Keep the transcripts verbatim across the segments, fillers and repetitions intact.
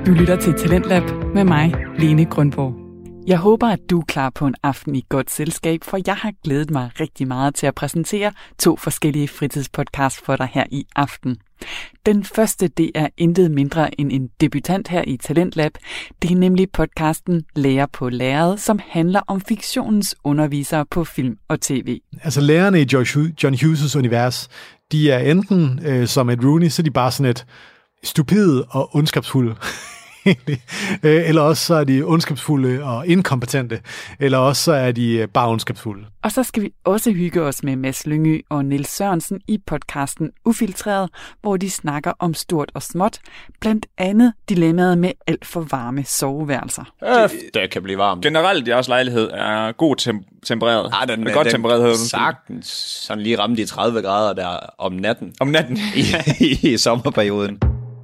Du lytter til Talentlab med mig, Lene Grønborg. Jeg håber, at du er klar på en aften i godt selskab, for jeg har glædet mig rigtig meget til at præsentere to forskellige fritidspodcasts for dig her i aften. Den første, det er intet mindre end en debutant her i Talentlab. Det er nemlig podcasten Lærer på Lærred, som handler om fiktionens undervisere på film og tv. Altså lærerne i John Hughes' univers, de er enten øh, som et Rooney, så er de bare sådan et stupide og ondskabsfulde. Eller også så er de ondskabsfulde og inkompetente, eller også så er de bare ondskabsfulde. Og så skal vi også hygge os med Mads Lyngø og Niels Sørensen i podcasten Ufiltreret, hvor de snakker om stort og småt, blandt andet dilemmaet med alt for varme soveværelser. Øh, det kan blive varmt. Generelt, jeres lejlighed er god tem- tempereret. Ah, den, er godt den tempereret. Sagtens sådan lige ramme de tredive grader der om natten. Om natten? I, i, i sommerperioden.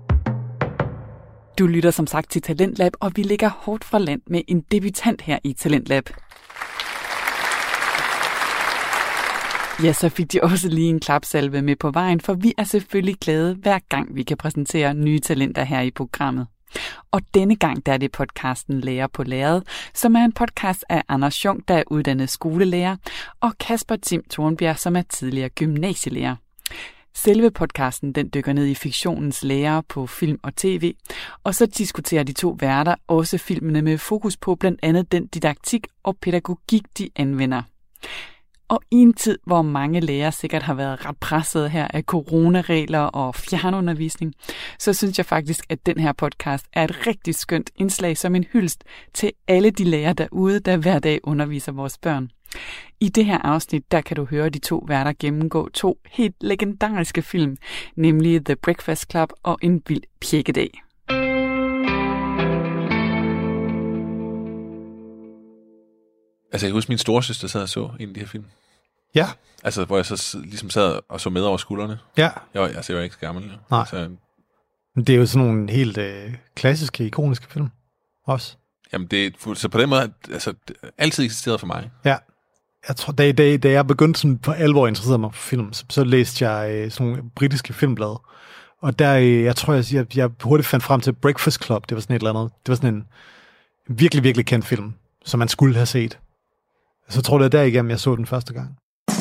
Du lytter som sagt til Talentlab, og vi ligger hårdt fra land med en debutant her i Talentlab. Ja, så fik de også lige en klapsalve med på vejen, for vi er selvfølgelig glade hver gang vi kan præsentere nye talenter her i programmet. Og denne gang der er det podcasten Lærer på Lærred, som er en podcast af Anders Schunk, der er uddannet skolelærer, og Kasper Tim Tornbjerg, som er tidligere gymnasielærer. Selve podcasten den dykker ned i fiktionens lærere på film og tv, og så diskuterer de to værter også filmene med fokus på blandt andet den didaktik og pædagogik, de anvender. Og i en tid, hvor mange lærere sikkert har været ret presset her af coronaregler og fjernundervisning, så synes jeg faktisk, at den her podcast er et rigtig skønt indslag som en hyldest til alle de lærere derude, der hver dag underviser vores børn. I det her afsnit, der kan du høre de to værter gennemgå to helt legendariske film, nemlig The Breakfast Club og En vild pjekkedag. Altså, jeg husker, min storesøster sad og så en af de her film. Ja. Altså, hvor jeg så ligesom sad og så med over skuldrene. Ja. Jeg var, altså, jeg var ikke så gammel. Ja. Nej. Altså, det er jo sådan nogle helt øh, klassiske, ikoniske film også. Jamen, det, så på den måde, altså, det altid eksisteret for mig. Ja. Jeg tror, da, da, da jeg begyndte sådan for alvor at interessere mig for film, så, så læste jeg øh, sådan nogle britiske filmblade. Og der, øh, jeg tror, jeg, jeg, jeg hurtigt fandt frem til Breakfast Club. Det var sådan et eller andet. Det var sådan en virkelig, virkelig kendt film, som man skulle have set. Så tror jeg, derigennem jeg så den første gang.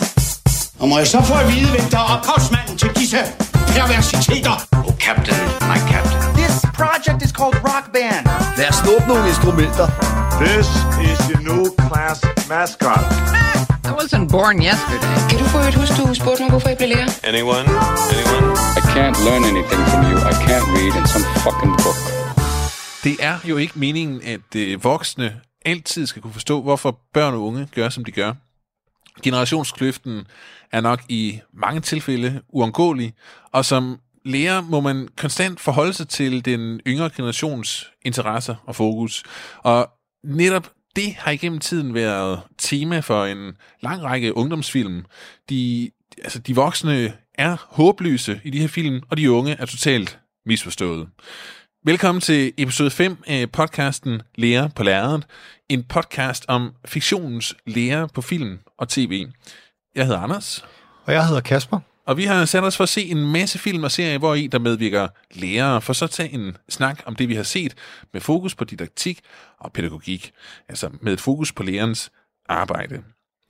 Og må jeg så få at vide, hvem der er ophavsmanden til disse perversiteter? Oh, Captain, my Captain. This project is called Rock Band. Lad os snuppe nogle instrumenter. This is your new class mascot. I wasn't born yesterday. Kan du få et huske, du spurgte mig, hvorfor jeg blev lærer? Anyone? Anyone? I can't learn anything from you. I can't read in some fucking book. Det er jo ikke meningen, at øh, voksne altid skal kunne forstå, hvorfor børn og unge gør, som de gør. Generationskløften er nok i mange tilfælde uundgåelig, og som lærer må man konstant forholde sig til den yngre generations interesser og fokus. Og netop det har igennem tiden været tema for en lang række ungdomsfilm. De, altså de voksne er håbløse i de her film, og de unge er totalt misforstået. Velkommen til episode fem af podcasten Lærer på Lærred. En podcast om fiktionens lærer på film og tv. Jeg hedder Anders. Og jeg hedder Kasper. Og vi har sat os for at se en masse film og serier, hvor i der medvirker lærere, for så at tage en snak om det, vi har set, med fokus på didaktik og pædagogik. Altså med et fokus på lærerens arbejde.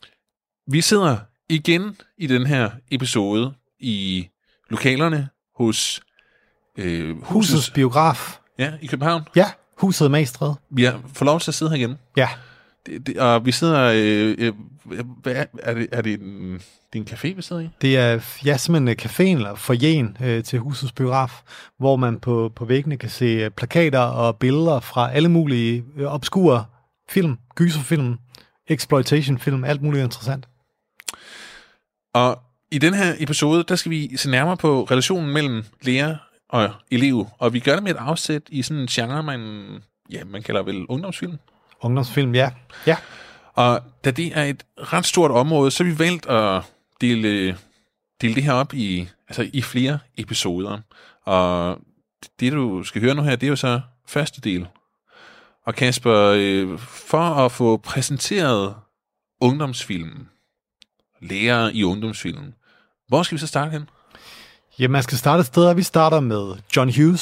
Vi sidder igen i den her episode i lokalerne hos øh, husets, husets biograf. Ja, i København. Ja, huset Magstræde. Vi har fået lov til at sidde her igen. Ja. Det, det, og vi sidder... Øh, øh, hvad er, er det, er det en, det er en café, vi sidder i? Det er ja, simpelthen caféen eller foyeren øh, til husets biograf, hvor man på, på væggene kan se plakater og billeder fra alle mulige øh, obskure film, gyserfilm, exploitation-film, alt muligt interessant. Og i den her episode, der skal vi se nærmere på relationen mellem lærer og elev, og vi gør det med et afsæt i sådan en genre, man, ja, man kalder vel ungdomsfilm. Ungdomsfilm, ja. ja. Og da det er et ret stort område, så har vi valgt at dele, dele det her op i, altså i flere episoder. Og det, du skal høre nu her, det er jo så første del. Og Kasper, for at få præsenteret ungdomsfilmen, lærer i ungdomsfilmen, hvor skal vi så starte hen? Ja, man skal starte et sted, og vi starter med John Hughes,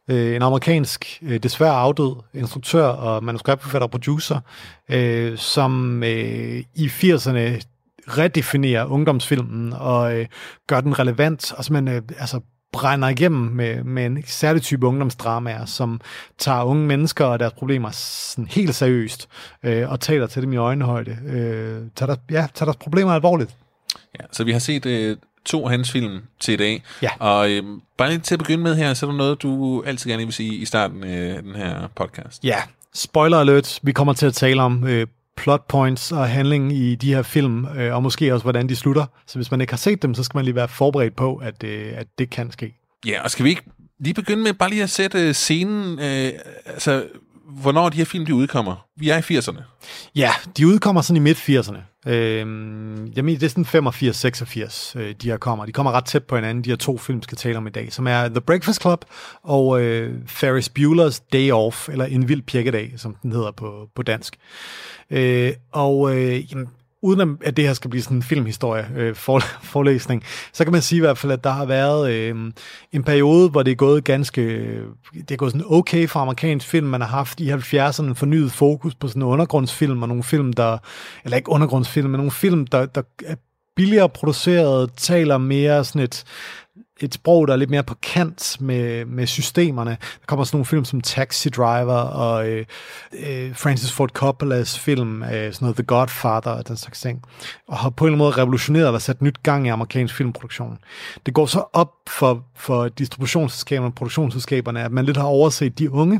øh, en amerikansk, øh, desværre afdød instruktør og manuskriptforfatter og producer, øh, som øh, i firserne redefinerer ungdomsfilmen og øh, gør den relevant, og simpelthen øh, altså, brænder igennem med, med en særlig type ungdomsdramaer, som tager unge mennesker og deres problemer sådan helt seriøst øh, og taler til dem i øjenhøjde. Øh, tager, der, ja, tager deres problemer alvorligt. Ja, så vi har set øh, to af hans film til i dag, ja. og øh, bare lige til at begynde med her, så er der noget, du altid gerne vil sige i starten af den her podcast. Ja, spoiler alert, vi kommer til at tale om øh, plot points og handling i de her film, øh, og måske også, hvordan de slutter. Så hvis man ikke har set dem, så skal man lige være forberedt på, at, øh, at det kan ske. Ja, og skal vi ikke lige begynde med bare lige at sætte scenen, øh, altså, hvornår de her film, de udkommer? Vi er i firserne. Ja, de udkommer sådan i midt-firserne. Øh, jeg mener, det er sådan femogfirs seksogfirs, øh, de her kommer. De kommer ret tæt på hinanden, de her to film, skal tale om i dag, som er The Breakfast Club og øh, Ferris Bueller's Day Off, eller En vild pjekkedag, som den hedder på, på dansk. Øh, og øh, jamen, uden at det her skal blive sådan en filmhistorie øh, for, forelæsning, så kan man sige i hvert fald, at der har været øh, en periode, hvor det er gået ganske, det er gået sådan okay for amerikansk film. Man har haft i halvfjerdserne en fornyet fokus på sådan undergrundsfilm, og nogle film, der, eller ikke undergrundsfilm, men nogle film, der, der er billigere produceret, taler mere sådan et, et sprog, der er lidt mere på kant med, med systemerne. Der kommer sådan nogle film som Taxi Driver og øh, øh, Francis Ford Coppolas film, øh, sådan noget The Godfather og den slags ting, og har på en eller anden måde revolutioneret eller sat nyt gang i amerikansk filmproduktion. Det går så op for, for distributionsselskaberne og produktionsselskaberne, at man lidt har overset de unge.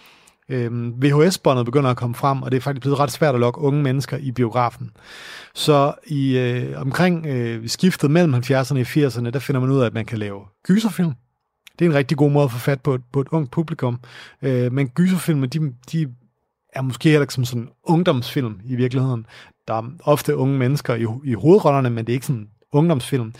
V H S-båndet begynder at komme frem, og det er faktisk blevet ret svært at lokke unge mennesker i biografen. Så i øh, omkring øh, skiftet mellem halvfjerdserne og firserne, der finder man ud af, at man kan lave gyserfilm. Det er en rigtig god måde at få fat på et, på et ungt publikum. Øh, men gyserfilmer, de, de er måske heller ikke som sådan ungdomsfilm i virkeligheden. Der er ofte unge mennesker i, i hovedrollerne, men det er ikke sådan ungdomsfilm.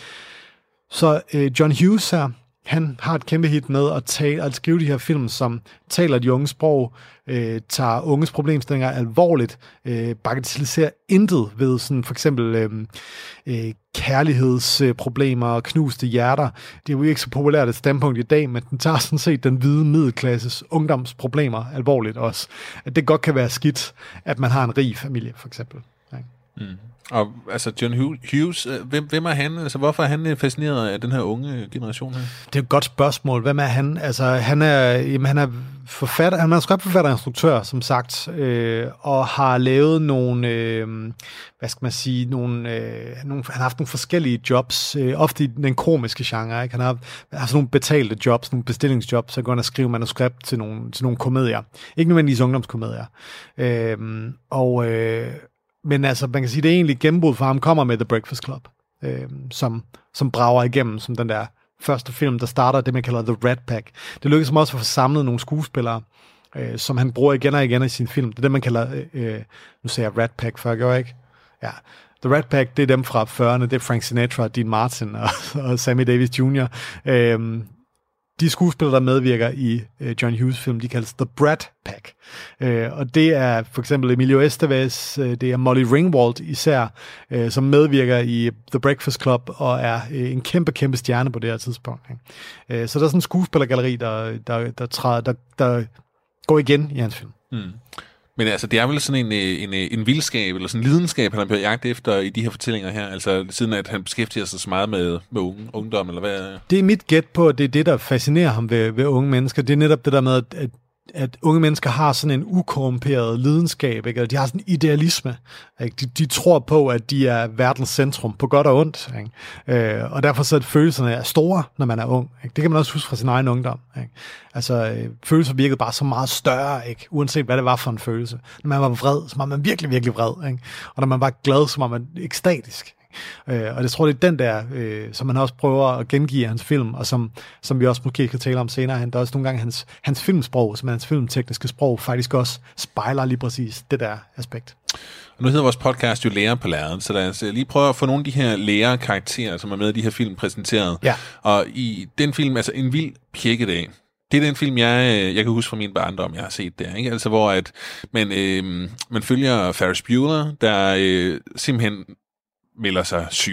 Så øh, John Hughes her, han har et kæmpe hit med at, tale, at skrive de her film, som taler de unge sprog, øh, tager unges problemstillinger alvorligt, øh, bagatelliserer intet ved sådan for eksempel øh, øh, kærlighedsproblemer og knuste hjerter. Det er jo ikke så populært et standpunkt i dag, men den tager sådan set den hvide middelklasses ungdomsproblemer alvorligt også. At det godt kan være skidt, at man har en rig familie, for eksempel. Ja. Mm. Og altså John Hughes, hvem, hvem er han? Altså hvorfor er han fascineret af den her unge generation her? Det er et godt spørgsmål. Hvem er han? Altså han er, jamen, han er forfatter, han er manuskriptforfatter og instruktør, som sagt, øh, og har lavet nogle, øh, hvad skal man sige, nogle, øh, nogle, han har haft nogle forskellige jobs, øh, ofte i den komiske genre, ikke? Han har haft nogle betalte jobs, nogle bestillingsjobs, så går han og skrive manuskript til nogle, til nogle komedier. Ikke nødvendigvis ungdomskomedier. Øh, og øh, Men altså, man kan sige, det er egentlig gennembrud for ham kommer med The Breakfast Club, øh, som, som brager igennem, som den der første film, der starter det, man kalder The Rat Pack. Det lykkedes ham også at få samlet nogle skuespillere, øh, som han bruger igen og igen i sin film. Det er det, man kalder, øh, nu siger jeg Rat Pack, før gør jeg ikke? Ja. The Rat Pack, det er dem fra fyrrerne, det er Frank Sinatra, Dean Martin og, og Sammy Davis junior Øh, De skuespillere, der medvirker i uh, John Hughes film, de kaldes The Brat Pack. Uh, og det er for eksempel Emilio Estevez, uh, det er Molly Ringwald især, uh, som medvirker i The Breakfast Club og er uh, en kæmpe, kæmpe stjerne på det her tidspunkt. Uh, så der er sådan en skuespillergalleri, der, der, der, træder, der, der går igen i hans film. Mm. Men altså, det er vel sådan en, en, en vildskab, eller sådan en lidenskab, han har blevet jagt efter i de her fortællinger her, altså siden at han beskæftiger sig så meget med, med unge, ungdom, eller hvad? Det er mit gæt på, at det er det, der fascinerer ham ved, ved unge mennesker. Det er netop det der med, at, at unge mennesker har sådan en ukorrumperet lidenskab, ikke? Eller de har sådan en idealisme. Ikke? De, de tror på, at de er verdens centrum, på godt og ondt. Ikke? Øh, og derfor så at følelserne er store, når man er ung. Ikke? Det kan man også huske fra sin egen ungdom. Ikke? Altså, øh, følelser virkede bare så meget større, ikke? Uanset hvad det var for en følelse. Når man var vred, så var man virkelig, virkelig vred. Ikke? Og når man var glad, så var man ekstatisk. Øh, og det tror jeg, det er den der, øh, som man også prøver at gengive hans film, og som, som vi også måske kan tale om senere. Han, der er også nogle gange hans, hans filmsprog, som er hans filmtekniske sprog, faktisk også spejler lige præcis det der aspekt. Og nu hedder vores podcast jo Lærer på lærredet, så lad os lige prøve at få nogle af de her lærerkarakterer, som er med i de her film præsenteret. Ja. Og i den film, altså En vild pjekkedag, det er den film, jeg, jeg kan huske fra min barndom, jeg har set der, ikke? Altså hvor at man, øh, man følger Ferris Bueller, der øh, simpelthen melder sig syg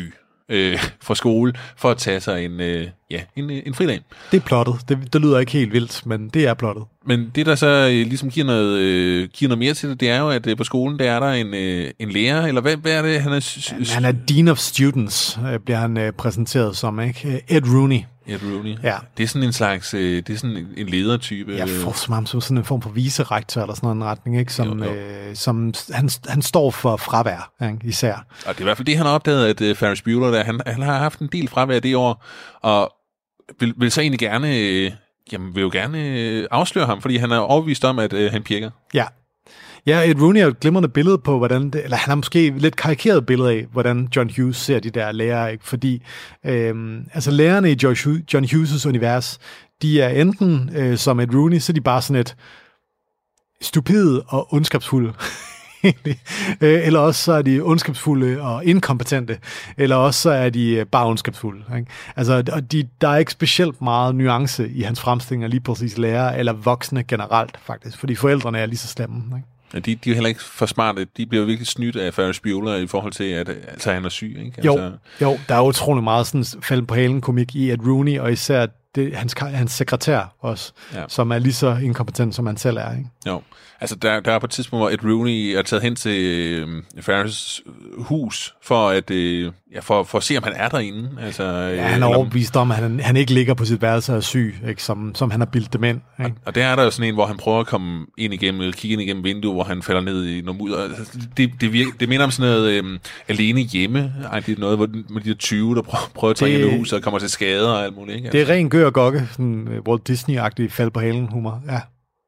øh, fra skole for at tage sig en, øh, ja, en, en fridag. Det er plottet. Det, det lyder ikke helt vildt, men det er plottet. Men det, der så øh, ligesom giver noget, øh, giver noget mere til det, det er jo, at øh, på skolen, der er der en, øh, en lærer, eller hvad, hvad er det, han er? S- han, han er Dean of Students, øh, bliver han øh, præsenteret som, ikke? Ed Rooney. Ed Rooney. Ja. Det er sådan en slags, øh, det er sådan en ledertype. Jeg får som ham som sådan en form for vicerektor eller sådan en retning, ikke? Som, jo, jo. Øh, som han, han står for fravær, ikke? Især. Og det er i hvert fald det, han har opdaget, at øh, Ferris Bueller, der, han, han har haft en del fravær det år, og vil, vil så egentlig gerne, øh, jamen vil jo gerne øh, afsløre ham, fordi han er overbevist om, at øh, han pirker. Ja. Ja, Ed Rooney er et glimrende billede på, hvordan det, eller han har måske lidt karikeret billede af, hvordan John Hughes ser de der lærere, ikke? Fordi øhm, altså lærerne i John Hughes' univers, de er enten øh, som Ed Rooney, så er de bare sådan et stupide og ondskabsfulde. Eller også så er de ondskabsfulde og inkompetente, eller også så er de bare ondskabsfulde. Ikke? Altså, og de, der er ikke specielt meget nuance i hans fremstillinger, lige præcis lærere eller voksne generelt, faktisk, fordi forældrene er lige så slemme. Ikke? Ja, de, de er heller ikke for smarte. De bliver virkelig snydt af Ferris Bueller i forhold til, at altså, han er syg. Ikke? Altså... Jo, jo, der er utrolig meget sådan falden på halen komik i Ed Rooney, og især det, hans, hans sekretær også, ja. Som er lige så inkompetent, som han selv er. Ikke? Jo. Altså, der, der er på et tidspunkt, hvor Ed Rooney er taget hen til øh, Ferris hus, for at, øh, ja, for, for at se, om han er derinde. Altså, ja, han er overbevist om, at han, han ikke ligger på sit værelse og er syg, ikke? Som, som han har bildt dem ind. Ikke? Og, og der er der jo sådan en, hvor han prøver at komme ind igennem, eller kigge ind igennem vinduet, hvor han falder ned i noget mudder. Altså, det, det, virker, det minder om sådan noget øh, alene hjemme. Ej, det er noget, hvor med de der tyve, der prøver, prøver at trænge ind i huset og kommer til skader og alt muligt. Ikke? Altså. Det er ren gør og gokke, sådan uh, Walt Disney-agtig fald på halen humor. Ja.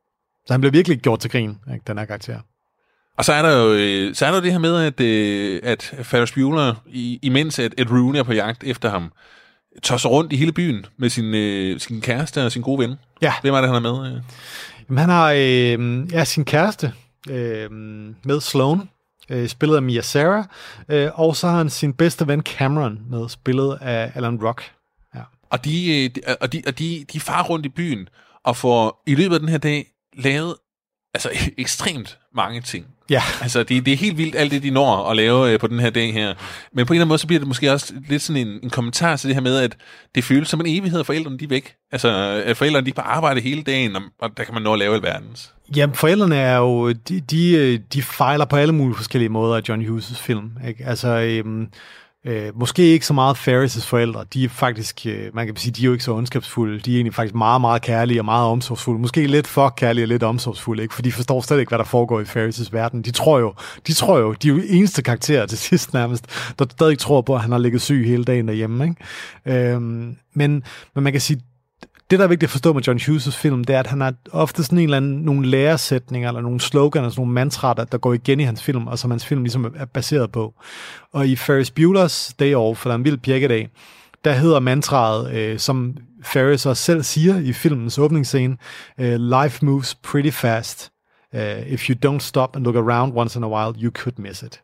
Så han blev virkelig gjort til grin, ikke, den her karakter. Og så er der jo så er der det her med, at, at Ferris Bueller, imens at Ed Rooney er på jagt efter ham, tosser rundt i hele byen med sin, sin kæreste og sin gode ven. Ja. Hvem er det, han er med? Jamen, han har øh, ja, sin kæreste øh, med Sloane, øh, spillet af Mia Sara, øh, og så har han sin bedste ven Cameron med, spillet af Alan Ruck. Ja. Og de, og de, og de, de farer rundt i byen og får i løbet af den her dag lavet altså ekstremt mange ting. Ja. Altså, det, det er helt vildt, alt det, de når at lave øh, på den her dag her. Men på en eller anden måde, så bliver det måske også lidt sådan en, en kommentar til det her med, at det føles som en evighed, at forældrene de er væk. Altså, at forældrene de er på arbejde hele dagen, og, og der kan man nå at lave alverdens. Ja, forældrene er jo, de, de, de fejler på alle mulige forskellige måder af John Hughes' film. Ikke? Altså, øhm, øh, måske ikke så meget Ferris' forældre. De er faktisk, øh, man kan sige, de er jo ikke så ondskabsfulde. De er egentlig faktisk meget, meget kærlige og meget omsorgsfulde. Måske lidt for kærlige og lidt omsorgsfulde, ikke? For de forstår slet ikke, hvad der foregår i Ferris' verden. De tror jo, de tror jo, de er jo eneste karakterer til sidst nærmest, der stadig tror på, at han har ligget syg hele dagen derhjemme. Ikke? Øhm, men, men man kan sige, det, der er vigtigt at forstå med John Hughes' film, det er, at han har ofte sådan en eller anden, nogle læresætninger, eller nogle slogans, nogle mantraer, der, der går igen i hans film, og som hans film ligesom er baseret på. Og i Ferris Bueller's Day Off, for der er en vild pirkedag, der hedder mantraet, øh, som Ferris også selv siger i filmens åbningsscene, øh, Life moves pretty fast. Uh, if you don't stop and look around once in a while, you could miss it.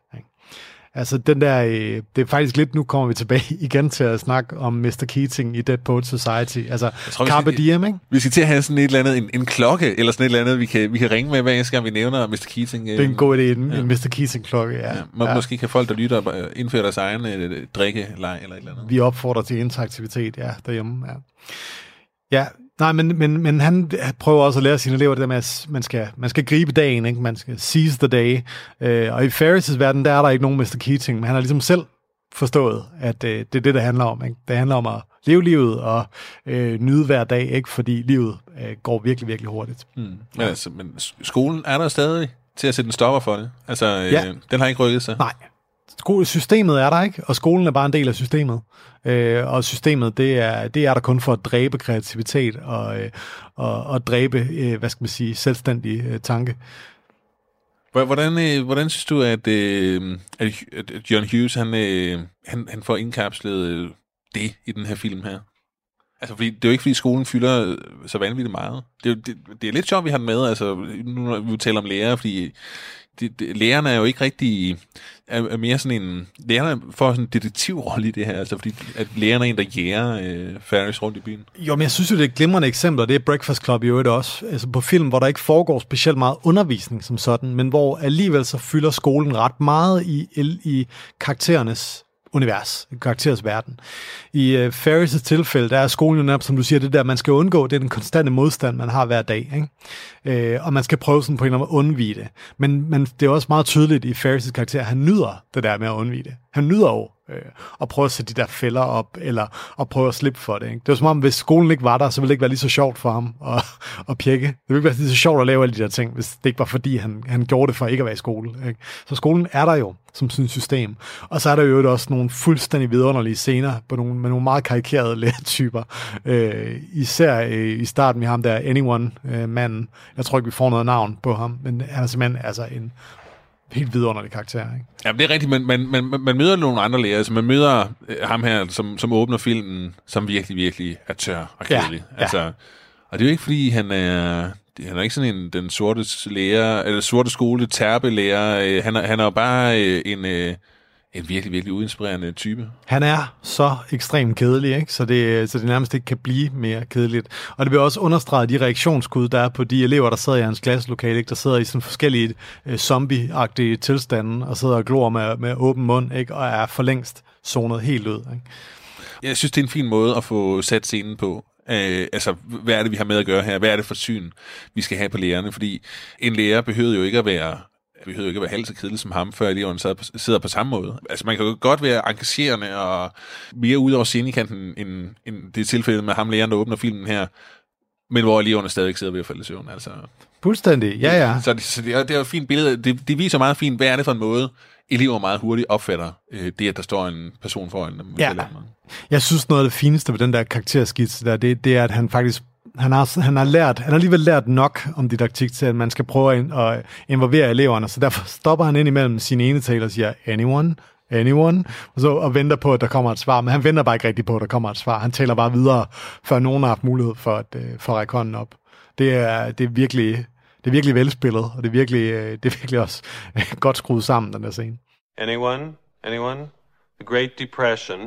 Altså den der, øh, det er faktisk lidt, nu kommer vi tilbage igen til at snakke om mister Keating i Dead Poets Society. Altså tror, Carpe Diem, ikke? Vi skal til at have sådan et eller andet, en, en klokke, eller sådan et eller andet, vi kan, vi kan ringe med, hver eneste gang vi nævner mister Keating. Det er en god idé, en, ja. en mister Keating-klokke, ja. ja, må, ja. Måske kan folk, der lytter, indføre deres egen øh, drikkelej eller et eller andet. Vi opfordrer til interaktivitet, ja, derhjemme, ja. Ja, nej, men, men, men han prøver også at lære sine elever det der med, at man skal, man skal gribe dagen, ikke? Man skal seize the day. Øh, og i Ferris' verden, der er der ikke nogen mister Keating, men han har ligesom selv forstået, at øh, det er det, der handler om. Ikke? Det handler om at leve livet og øh, nyde hver dag, ikke? Fordi livet øh, går virkelig, virkelig hurtigt. Mm. Ja, altså, men skolen er der stadig til at sætte en stopper for det. Altså, øh, ja. Den har ikke rykket sig. Nej. Systemet er der ikke, og skolen er bare en del af systemet. Øh, og systemet, det er, det er der kun for at dræbe kreativitet og, øh, og, og dræbe, øh, hvad skal man sige, selvstændig øh, tanke. Hvordan, øh, hvordan synes du, at, øh, at John Hughes, han, øh, han, han får indkapslet øh, det i den her film her? Altså, fordi, det er jo ikke, fordi skolen fylder så vanvittigt meget. Det er, det, det er lidt sjovt, vi har den med, altså, nu når vi taler om lærere, fordi det, det, lærerne er jo ikke rigtig, er, er mere sådan en, lærerne får sådan en detektivrolle i det her, altså fordi at lærerne er en, der jæger øh, Ferris rundt i byen. Jo, men jeg synes jo, det er et glimrende eksempel, og det er Breakfast Club i øvrigt også, altså på film, hvor der ikke foregår specielt meget undervisning som sådan, men hvor alligevel så fylder skolen ret meget i, i karakterernes univers, en karakteres verden. I uh, Ferris' tilfælde, der er skolen jo netop, som du siger, det der, man skal undgå, det er den konstante modstand, man har hver dag, ikke? Uh, og man skal prøve sådan på en eller anden måde at undvige det. Men, men det er også meget tydeligt i Ferris' karakter, at han nyder det der med at undvige det. Han nyder jo øh, at prøve at sætte de der fælder op, eller at prøve at slippe for det, ikke? Det var som om, hvis skolen ikke var der, så ville det ikke være lige så sjovt for ham at, at pjekke. Det ville ikke være lige så sjovt at lave alle de der ting, hvis det ikke var fordi, han, han gjorde det for ikke at være i skole, ikke? Så skolen er der jo som sådan et system. Og så er der jo også nogle fuldstændig vidunderlige scener på nogle, med nogle meget karikerede lærertyper. Øh, især øh, i starten med ham der Anyone-manden. Øh, Jeg tror ikke, vi får noget navn på ham, men han er simpelthen altså en helt vidunderlig karakter, ikke? Ja, det er rigtigt, men man, man, man møder nogle andre lærere, så man møder ham her, som, som åbner filmen, som virkelig, virkelig er tør og kedelig. Ja, ja. Altså, og det er jo ikke, fordi han er... Han er ikke sådan en den sorte lærer, eller sorte skole terpelærer. Han er, han er jo bare en, en virkelig, virkelig uinspirerende type. Han er så ekstremt kedelig, ikke? Så, det, så det nærmest ikke kan blive mere kedeligt. Og det bliver også understreget de reaktionsskud, der er på de elever, der sidder i hans klasselokale, ikke? Der sidder i sådan forskellige uh, zombie-agtige tilstande, og sidder og glor med, med åben mund, ikke? Og er for længst zonet helt ud, ikke? Jeg synes, det er en fin måde at få sat scenen på. Øh, altså, hvad er det, vi har med at gøre her? Hvad er det for syn, vi skal have på lærerne? Fordi en lærer behøver jo ikke at være, behøver jo ikke at være halvt så kedelig som ham, før eleverne sidder på, sidder på samme måde. Altså, man kan jo godt være engagerende og mere ude over scenekanten, end, end det tilfælde med ham læreren, der åbner filmen her, men hvor eleverne stadig sidder ved at falde i søvn. Altså, fuldstændig, ja, ja. Så, det, så det, er, det er jo et fint billede. Det, det viser meget fint, hvad er det for en måde, elever meget hurtigt opfatter øh, det, at der står en person foran dem. Ja. Jeg synes, noget af det fineste ved den der karakterskitse der, det, det er, at han faktisk han har, han har lært, han har alligevel lært nok om didaktik til, at man skal prøve at, at involvere eleverne, så derfor stopper han ind imellem sin ene tale og siger, anyone, anyone, og så og venter på, at der kommer et svar, men han venter bare ikke rigtig på, at der kommer et svar. Han taler bare videre, før nogen har haft mulighed for at, for at række hånden op. Det er, det er virkelig... Det er virkelig velspillet, og det er virkelig, det er virkelig også godt skruet sammen, den der scene. Anyone? Anyone? The Great Depression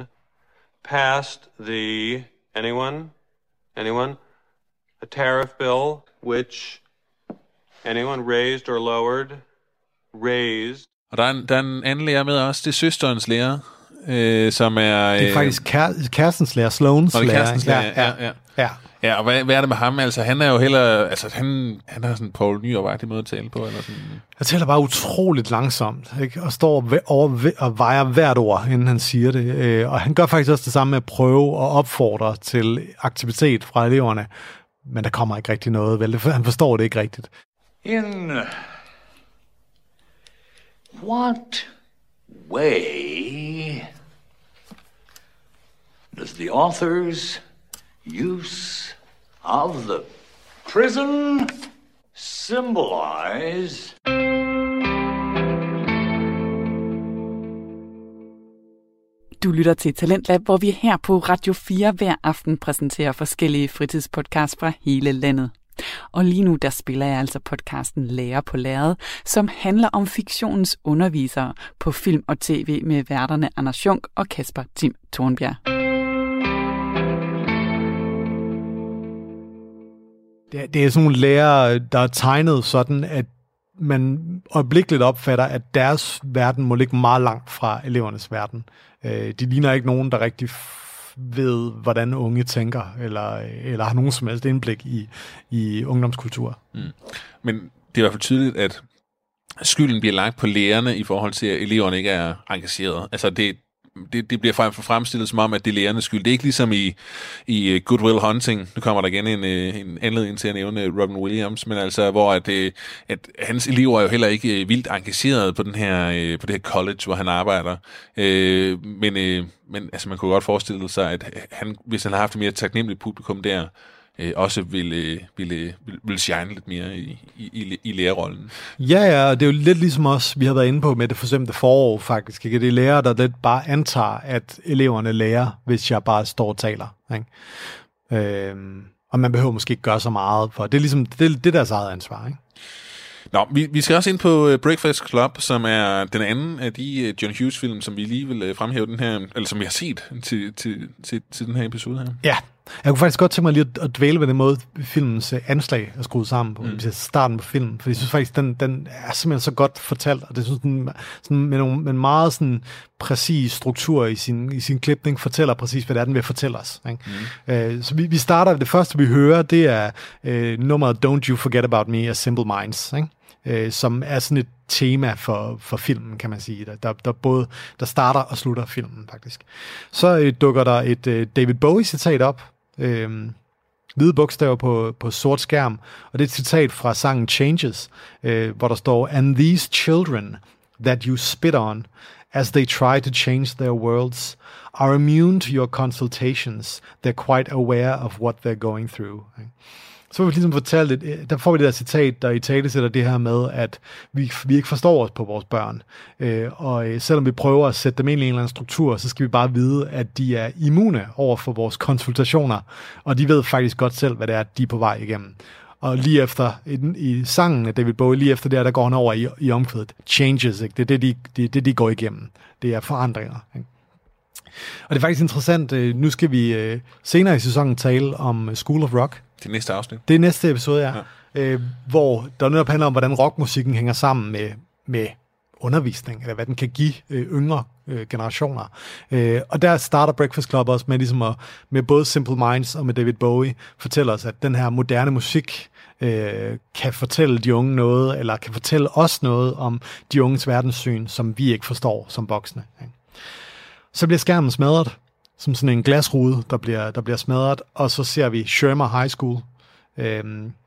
passed the... Anyone? Anyone? A tariff bill which anyone raised or lowered? Raised. Og der er en, der er en anden lærer med også, det er søsterens lærer, øh, som er... Det er faktisk kære, kærestens lærer, Sloans lærer. Kærestens lærer, ja, ja, ja. ja. Ja, og hvad, hvad er det med ham? Altså, han er jo heller... Altså, han, han har sådan en Poul Nyrup-agtig måde at tale på, eller sådan... Jeg taler bare utroligt langsomt, ikke? Og står over og vejer hvert ord, inden han siger det. Og han gør faktisk også det samme med at prøve at opfordre til aktivitet fra eleverne. Men der kommer ikke rigtig noget, vel? Han forstår det ikke rigtigt. In what way does the author's use of the prison symbolize Du lytter til Talentlab, hvor vi her på Radio fire hver aften præsenterer forskellige fritidspodcasts fra hele landet. Og lige nu der spiller jeg altså podcasten Lærer på Lærred, som handler om fiktionens undervisere på film og tv med værterne Anders Schunk og Kasper Tim Tornbjerg. Det, det er sådan nogle lærere, der er tegnet sådan, at man øjeblikkeligt opfatter, at deres verden må ligge meget langt fra elevernes verden. De ligner ikke nogen, der rigtig ved, hvordan unge tænker, eller, eller har nogen som helst indblik i, i ungdomskultur. Mm. Men det er i hvert fald tydeligt, at skylden bliver lagt på lærerne i forhold til, at eleverne ikke er engageret. Altså det Det, det bliver fremstillet som om, at det er lærernes skyld. Det er ikke ligesom i, i Good Will Hunting. Nu kommer der igen en, en anledning til at nævne Robin Williams, men altså, hvor at, at hans elever er jo heller ikke vildt engageret på, den her, på det her college, hvor han arbejder. Men, men altså, man kunne godt forestille sig, at han, hvis han har haft et mere taknemmeligt publikum der, også ville, ville, ville shine lidt mere i, i, i lærerrollen. Ja, ja, og det er jo lidt ligesom os, vi har været inde på med det forsømte forår faktisk. Ikke? Det er lærere, der lidt bare antager, at eleverne lærer, hvis jeg bare står og taler. Ikke? Øhm, og man behøver måske ikke gøre så meget for det. Er ligesom det, det er deres eget ansvar, ikke? Nå, vi, vi skal også ind på Breakfast Club, som er den anden af de John Hughes-film, som vi lige vil fremhæve den her, eller som vi har set til, til, til, til den her episode her. Ja, Jeg kunne faktisk godt tænke mig lige at, at dvæle ved den måde, filmens anslag er skruet sammen på, mm. starten på filmen, for jeg synes faktisk, den, den er simpelthen så godt fortalt, og det er sådan, sådan med, nogle, med en meget sådan præcis struktur i sin, i sin klipning, fortæller præcis, hvad det er, den vil fortælle os. Ikke? Mm. Øh, så vi, vi starter, det første vi hører, det er øh, nummeret Don't You Forget About Me af Simple Minds, ikke? Øh, som er sådan et tema for, for filmen, kan man sige, der, der, der både der starter og slutter filmen, faktisk. Så øh, dukker der et øh, David Bowie-citat op, øh, hvide bogstaver på, på sort skærm, og det er et citat fra sangen Changes, øh, hvor der står, "And these children that you spit on, as they try to change their worlds, are immune to your consultations. They're quite aware of what they're going through." Så får vi ligesom fortalt, der får vi det der citat, der i tale sætter det her med, at vi, vi ikke forstår os på vores børn. Øh, og øh, selvom vi prøver at sætte dem ind i en eller anden struktur, så skal vi bare vide, at de er immune over for vores konsultationer, og de ved faktisk godt selv, hvad det er, de er på vej igennem. Og lige efter, i, i sangen af David Bowie, lige efter det, der går han over i, i omkvædet. Changes, ikke? Det er det, de, det, det, de går igennem. Det er forandringer, ikke? Og det er faktisk interessant, nu skal vi senere i sæsonen tale om School of Rock. Det næste afsnit. Det er næste episode, ja. ja. Øh, hvor der netop handler om, hvordan rockmusikken hænger sammen med, med undervisning, eller hvad den kan give øh, yngre øh, generationer. Øh, og der starter Breakfast Club også med, ligesom at, med både Simple Minds og med David Bowie, fortæller os, at den her moderne musik øh, kan fortælle de unge noget, eller kan fortælle os noget om de unges verdenssyn, som vi ikke forstår som voksne. Ikke? Så bliver skærmen smadret, som sådan en glasrude, der bliver, der bliver smadret, og så ser vi Shermer High School, øh,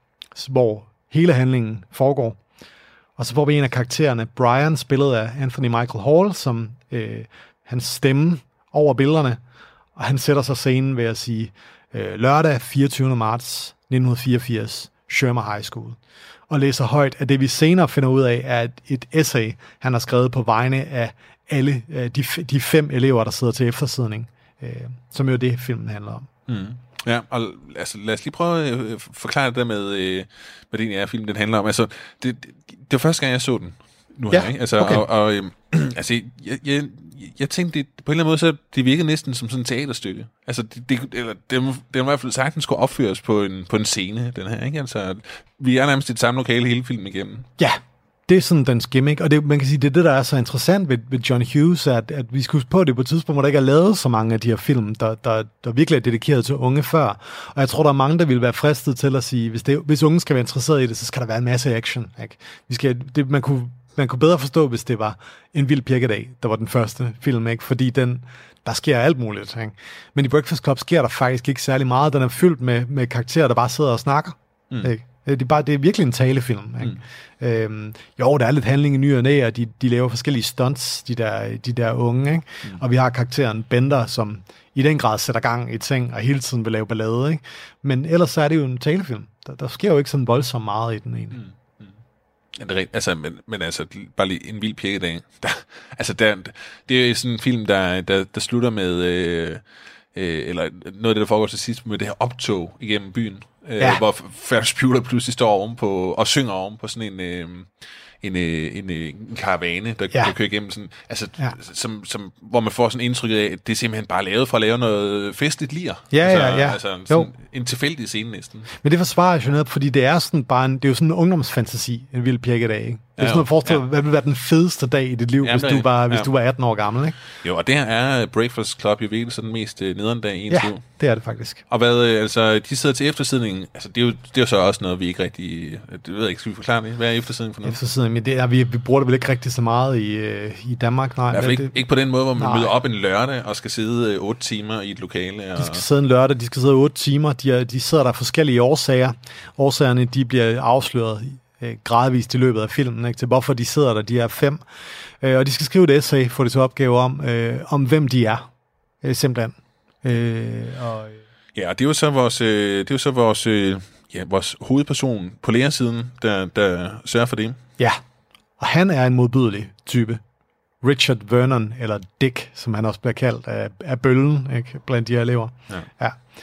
hvor hele handlingen foregår. Og så får vi en af karaktererne, Brian, spillet af Anthony Michael Hall, som øh, hans stemme over billederne, og han sætter sig scenen ved at sige, øh, lørdag fireogtyvende marts nitten fireogfirs, Shermer High School, og læser højt af det, vi senere finder ud af, er et, et essay, han har skrevet på vegne af alle øh, de, de fem elever, der sidder til eftersidning, øh, som jo det, filmen handler om. Mm. Ja, og altså, lad os lige prøve at øh, forklare det der med, øh, hvad det egentlig er, filmen den handler om. Altså, det, det, det var første gang, jeg så den nu her, ja, ikke? Altså, okay. og, og øh, altså, jeg, jeg, jeg tænkte, det, på en eller anden måde, så det virkede næsten som sådan et teaterstykke. Altså, det, det, eller, det, det var i hvert fald sagt, at den skulle opføres på en, på en scene, den her, ikke? Altså, vi er nærmest i det samme lokale hele filmen igennem. Ja, det er sådan dens gimmick, og det, man kan sige, det er det, der er så interessant ved, ved John Hughes, at, at vi skal huske på det på et tidspunkt, hvor der ikke er lavet så mange af de her film, der, der, der virkelig er dedikeret til unge før. Og jeg tror, der er mange, der vil være fristet til at sige, hvis, det, hvis unge skal være interesseret i det, så skal der være en masse action. Ikke? Vi skal, det, man, kunne, man kunne bedre forstå, hvis det var En Vild Pirkedag, der var den første film, ikke? Fordi den, der sker alt muligt. Ikke? Men i Breakfast Club sker der faktisk ikke særlig meget. Den er fyldt med, med karakterer, der bare sidder og snakker. Mm. Ikke? Det er, bare, det er virkelig en talefilm. Ikke? Mm. Øhm, jo, der er lidt handling i ny og næ, og de, de laver forskellige stunts, de der, de der unge. Ikke? Mm. Og vi har karakteren Bender, som i den grad sætter gang i ting, og hele tiden vil lave ballade. Ikke? Men ellers så er det jo en talefilm. Der, der sker jo ikke sådan voldsomt meget i den ene. Mm. Mm. Ja, det er rigtigt. Altså, men, men altså, bare lige En Vild Pirkedag. Der, altså, der, det er sådan en film, der, der, der slutter med... Øh, Øh, eller noget af det, der foregår til sidst med det her optog igennem byen, øh, ja. Hvor Ferris Bueller pludselig står ovenpå og synger oven på sådan en, øh, en, øh, en, øh, en karavane, der, ja. der kører igennem sådan, altså, ja. som, som, hvor man får sådan indtrykket af, at det er simpelthen bare lavet for at lave noget festligt lir. Ja, altså, ja, ja. Altså sådan en tilfældig scene næsten. Men det forsvarer jeg jo netop, fordi det er sådan bare en, det er jo sådan en ungdomsfantasi, En Vild Pirkedag, ikke? Det er ja, sådan at forestille, ja. Hvad vil være den fedeste dag i dit liv, ja, hvis, du var, hvis ja. du var atten år gammel, ikke? Jo, og det her er Breakfast Club jo virkelig sådan den mest uh, nederen dag i ens ja, liv. det er det faktisk. Og hvad, altså, de sidder til eftersidningen, altså det er, jo, det er jo så også noget, vi ikke rigtig, det ved jeg ikke, skal vi forklare det? Hvad er eftersidning for noget? Eftersidning, men det er, vi, vi bruger det vel ikke rigtig så meget i, uh, i Danmark, nej. I hvert fald ikke, det, ikke på den måde, hvor man nej. møder op en lørdag og skal sidde uh, otte timer i et lokale. Og... De skal sidde en lørdag, de skal sidde otte timer, de, er, de sidder der forskellige årsager. Årsagerne, de bliver afsløret gradvist i løbet af filmen, ikke? Til hvorfor de sidder der, de er fem. Øh, og de skal skrive et essay, få det til opgave om, øh, om hvem de er. Øh, simpelthen. Øh, og, ja, og det er jo så vores, øh, det er jo så vores, øh, ja, vores hovedperson på lærersiden, der, der sørger for det. Ja, og han er en modbydelig type. Richard Vernon, eller Dick, som han også bliver kaldt, af, af bøllen, ikke? Blandt de her elever. Ja. Ja.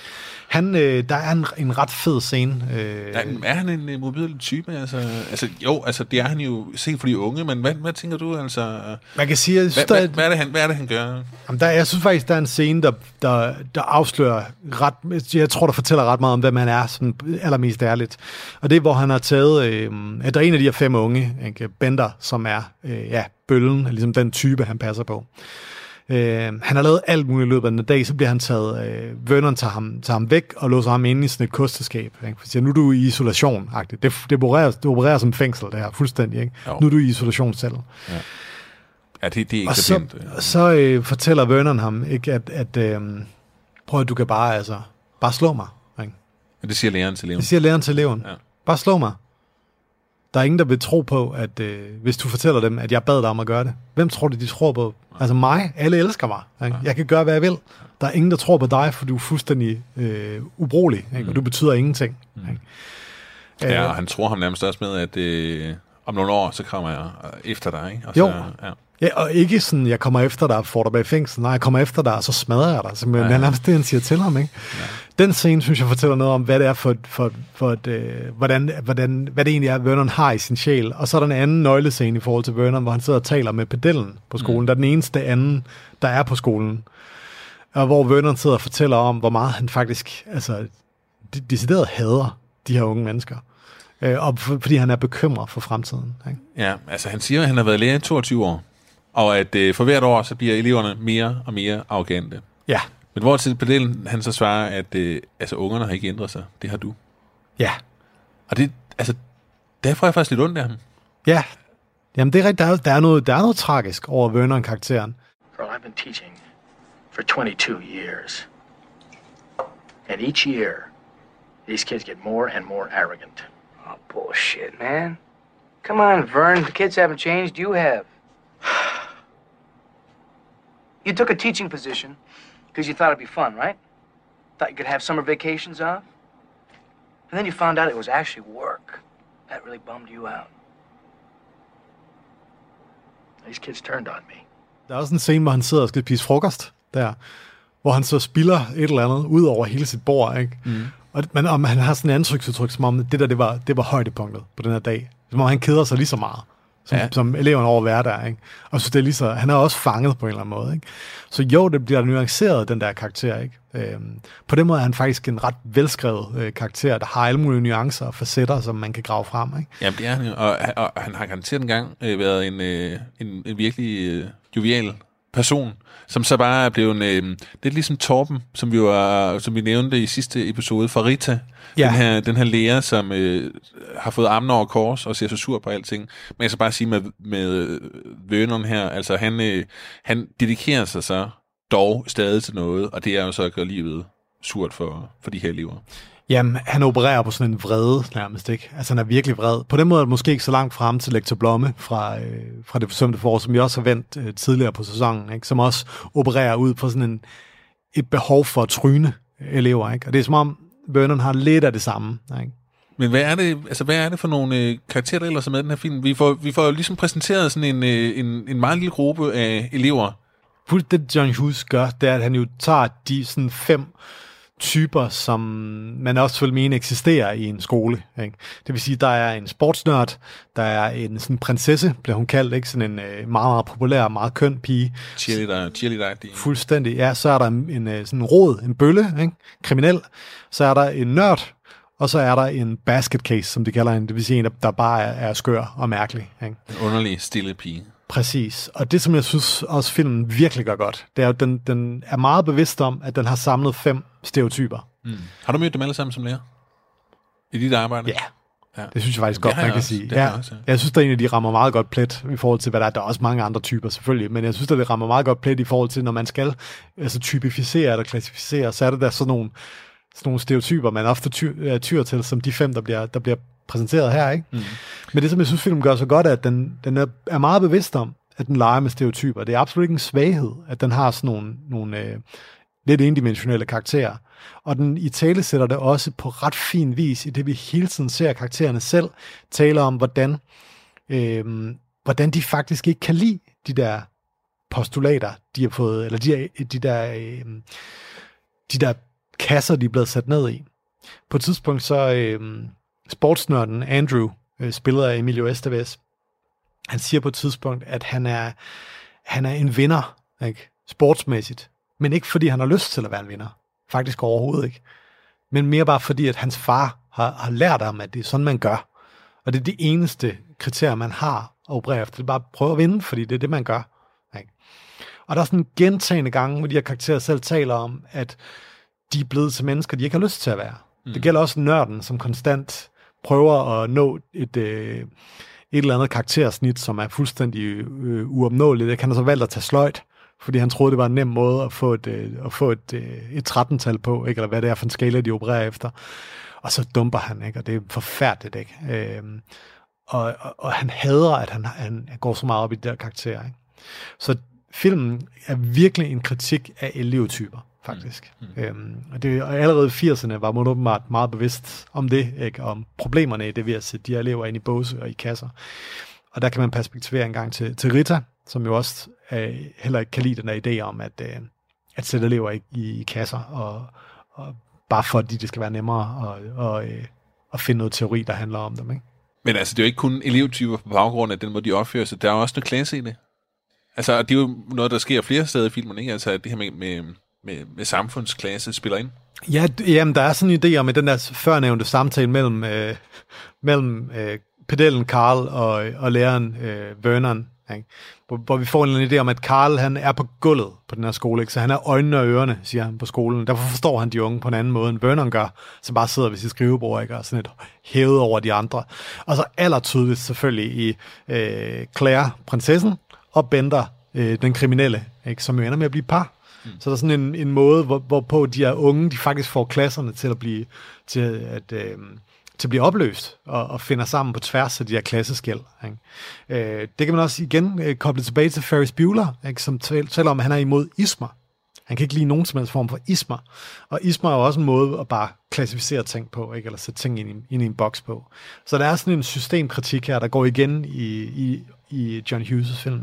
Han, øh, der er en, en ret fed scene. Øh. Er, er han en uh, modbydelig type? Altså, altså, jo, altså, det er han jo set for de unge, men hvad, hvad tænker du? Altså, Man kan sige, jeg synes, hvad, der, hvad, hvad, er det, han, hvad er det, han gør? Jamen, der, jeg synes faktisk, der er en scene, der, der, der afslører ret... Jeg tror, der fortæller ret meget om, hvem han er, sådan allermest ærligt. Og det er, hvor han har taget... Øh, at der er en af de her fem unge, ikke, Bender, som er øh, ja, bøllen, ligesom den type, han passer på. Øh, han har lavet alt muligt i løbet af den dag, så bliver han taget... Øh, Vernon tager ham, tager ham væk og låser ham inde i sådan et kosteskab. Ikke? For siger, nu er du i isolation-agtigt. Det, det, opererer, det opererer som fængsel, det her, fuldstændig. Ikke? Nu er du i isolationscelle. Ja. Ja, det, det er ikke og så, så pænt. Ja. Så øh, fortæller Vernon ham, ikke, at, at øh, prøv at du kan bare, altså, bare slå mig. Ikke? Ja, det siger læreren til eleven. Det siger læreren til eleven. Ja. Bare slå mig. Der er ingen, der vil tro på, at øh, hvis du fortæller dem, at jeg bad dig om at gøre det. Hvem tror du, de tror på? Ja. Altså mig. Alle elsker mig. Ikke? Ja. Jeg kan gøre, hvad jeg vil. Der er ingen, der tror på dig, for du er fuldstændig øh, ubrugelig. Ikke? Mm. Og du betyder ingenting. Mm. Ikke? Ja, og han tror ham nærmest også med, at øh, om nogle år, så kommer jeg efter dig. Ikke? Og jo. Så, ja. Ja, og ikke sådan, jeg kommer efter dig og får dig bag fængsel. Nej, jeg kommer efter dig, og så smadrer jeg dig. Så, men ja, ja. Det er nærmest det, han siger til ham. Ikke? Ja. Den scene, synes jeg, fortæller noget om, hvad det er for, for, for et, øh, hvordan, hvordan, hvad det egentlig er, Vernon har i sin sjæl. Og så er der en anden nøglescene i forhold til Vernon, hvor han sidder og taler med pedellen på skolen. Mm. Der er den eneste anden, der er på skolen. Og hvor Vernon sidder og fortæller om, hvor meget han faktisk altså, decideret hader de her unge mennesker. Øh, og for, fordi han er bekymret for fremtiden. Ikke? Ja, altså han siger, at han har været lærer i toogtyve år. Og at øh, for hvert år, så bliver eleverne mere og mere arrogante. Ja. Men hvor til pedellen, han så svarer, at øh, altså, ungerne har ikke ændret sig. Det har du. Ja. Og det, altså, der får jeg faktisk lidt ondt af ham. Ja. Jamen, det er rigtigt. Der er, der er, noget, der er noget tragisk over Vernon-karakteren. Well, I've been teaching for twenty-two years. And each year, these kids get more and more arrogant. Oh, bullshit, man. Come on, Vern. The kids haven't changed. You have. You took a teaching position because you thought it'd be fun, right? Thought you could have summer vacations off? And then you found out it was actually work. That really bummed you out. These kids turned on me. Der er også en scene, hvor han sidder og skal spise frokost der, hvor han så spiller et eller andet ud over hele sit bord, ikke? Mm. Og, men om han har sådan en ansigtsudtryk, som om det der, det var, det var højdepunktet på den her dag. Som om han keder sig lige så meget. Som, ja. som eleverne over hver der, ikke? Og så det er lige så, han er også fanget på en eller anden måde, ikke? Så jo, det bliver nuanceret, den der karakter, ikke? Øhm, på den måde er han faktisk en ret velskrevet øh, karakter, der har alle mulige nuancer og facetter, som man kan grave frem, ikke? Jamen, det er han jo, og, og han har garanteret engang øh, været en, øh, en, en virkelig øh, jovial person, som så bare er blevet, øh, det er ligesom Torben, som vi, var, som vi nævnte i sidste episode, fra Rita, ja. den, her, den her lærer, som øh, har fået armen over kors og ser så sur på alting. Men jeg skal bare sige med, med Vernon her, altså han, øh, han dedikerer sig så dog stadig til noget, og det er jo så at gøre livet surt for, for de her elever. Jamen, han opererer på sådan en vrede nærmest, ikke? Altså, han er virkelig vred. På den måde er det måske ikke så langt frem til Lektor Blomme fra, øh, fra Det Forsømte Forår, som vi også har vendt øh, tidligere på sæsonen, ikke? Som også opererer ud på sådan en, et behov for at tryne elever, ikke? Og det er som om, Vernon har lidt af det samme, ikke? Men hvad er det, altså, hvad er det for nogle øh, karakterer, der ellers er med i den her film? Vi får, vi får jo ligesom præsenteret sådan en, øh, en, en meget lille gruppe af elever. Det John Hughes gør, det er, at han jo tager de sådan fem typer, som man også vil mene eksisterer i en skole. Ikke? Det vil sige, der er en sportsnørd, der er en sådan prinsesse, bliver hun kaldt, ikke? Sådan en øh, meget, meget populær, meget køn pige. Cheerleader, cheerleader. Fuldstændig, ja. Så er der en, en sådan en rod, en bølle, ikke? Kriminel. Så er der en nørd, og så er der en basket case, som de kalder en. Det vil sige en, der, der bare er, er skør og mærkelig. Ikke? En underlig, stille pige. Præcis. Og det, som jeg synes også filmen virkelig gør godt, det er jo, den, den er meget bevidst om, at den har samlet fem stereotyper. Mm. Har du mødt dem alle sammen som lærer? I dit arbejde? Ja. Ja. Det synes jeg faktisk godt, man kan også. sige. Det ja. jeg, også, ja. jeg synes, der egentlig, de rammer meget godt plet i forhold til, hvad der er. Der er også mange andre typer selvfølgelig, men jeg synes, der det rammer meget godt plet i forhold til, når man skal altså, typificere eller klassificere, så er det der sådan nogle, sådan nogle stereotyper, man ofte tyr, tyr til, som de fem, der bliver, der bliver præsenteret her. Ikke? Mm. Men det, som jeg synes, filmen gør så godt, er, at den, den er, er meget bevidst om, at den leger med stereotyper. Det er absolut ikke en svaghed, at den har sådan nogle, nogle øh, lidt endimensionelle karakterer. Og den i tale sætter det også på ret fin vis, i det vi hele tiden ser karaktererne selv tale om, hvordan, øh, hvordan de faktisk ikke kan lide de der postulater, de har fået, eller de, de der, øh, de der kasser, de er blevet sat ned i. På et tidspunkt så øh, sportsnørden Andrew, øh, spillet af Emilio Estevez, han siger på et tidspunkt, at han er, han er en vinder, ikke? Sportsmæssigt. Men ikke fordi han har lyst til at være en vinder. Faktisk overhovedet ikke. Men mere bare fordi, at hans far har, har lært ham, at det er sådan, man gør. Og det er det eneste kriterie, man har at operere efter. Det er bare at prøve at vinde, fordi det er det, man gør. Ikke? Og der er sådan gentagende gange, hvor de her karakterer selv taler om, at de er blevet til mennesker, de ikke har lyst til at være. Mm. Det gælder også nørden, som konstant prøver at nå et, øh, et eller andet karaktersnit, som er fuldstændig øh, uopnåeligt. Det kan han så valgt at tage sløjt, fordi han troede, det var en nem måde at få et, øh, at få et, øh, et tretten-tal på, ikke? Eller hvad det er for en skala, de opererer efter. Og så dumper han, ikke? Og det er forfærdeligt, ikke? Øh, og, og, og han hader, at han, han går så meget op i de der karakterer, ikke? Så filmen er virkelig en kritik af elevtyper, faktisk. Mm. Mm. Øhm, og, det, og allerede i firserne var man åbenbart meget bevidst om det, ikke? Om problemerne i det ved at sætte de her elever ind i båse og i kasser. Og der kan man perspektivere en gang til, til Rita, som jo også øh, heller ikke kan lide den der idé om, at, øh, at sætte elever i, i, i kasser, og, og bare fordi det skal være nemmere at, og, øh, at finde noget teori, der handler om dem, ikke? Men altså, det er jo ikke kun elevtyper på baggrund af den måde, de opfører sig. Der er jo også noget klasse i det. Altså, det er jo noget, der sker flere steder i filmen, ikke? Altså, det her med, med, med, med samfundsklasse spiller ind. Ja, jamen, der er sådan en idé om, at den der førnævnte samtale mellem, øh, mellem øh, pedellen Carl og, og læreren øh, Vernon, ikke? Hvor, hvor vi får en idé om, at Carl, han er på gulvet på den her skole, ikke? Så han er øjnene og ørerne, siger han på skolen. Derfor forstår han de unge på en anden måde, end Vernon gør, som bare sidder ved sit skrivebord, ikke? Og sådan et hævet over de andre. Og så allertydeligst selvfølgelig i øh, Claire, prinsessen, og Bender, øh, den kriminelle, ikke? Som jo ender med at blive par. Mm. Så der er sådan en, en måde, hvor, hvorpå de her unge, de faktisk får klasserne til at blive, til at, øh, til at blive opløst, og, og finder sammen på tværs af de her klasseskel. Ikke? Øh, det kan man også igen øh, koble tilbage til Ferris Bueller, ikke? Som taler om, at han er imod ismer. Han kan ikke lide nogen som helst form for ismer. Og ismer er jo også en måde at bare klassificere ting på, ikke? Eller sætte ting ind i, ind i en boks på. Så der er sådan en systemkritik her, der går igen i, i, i John Hughes' film.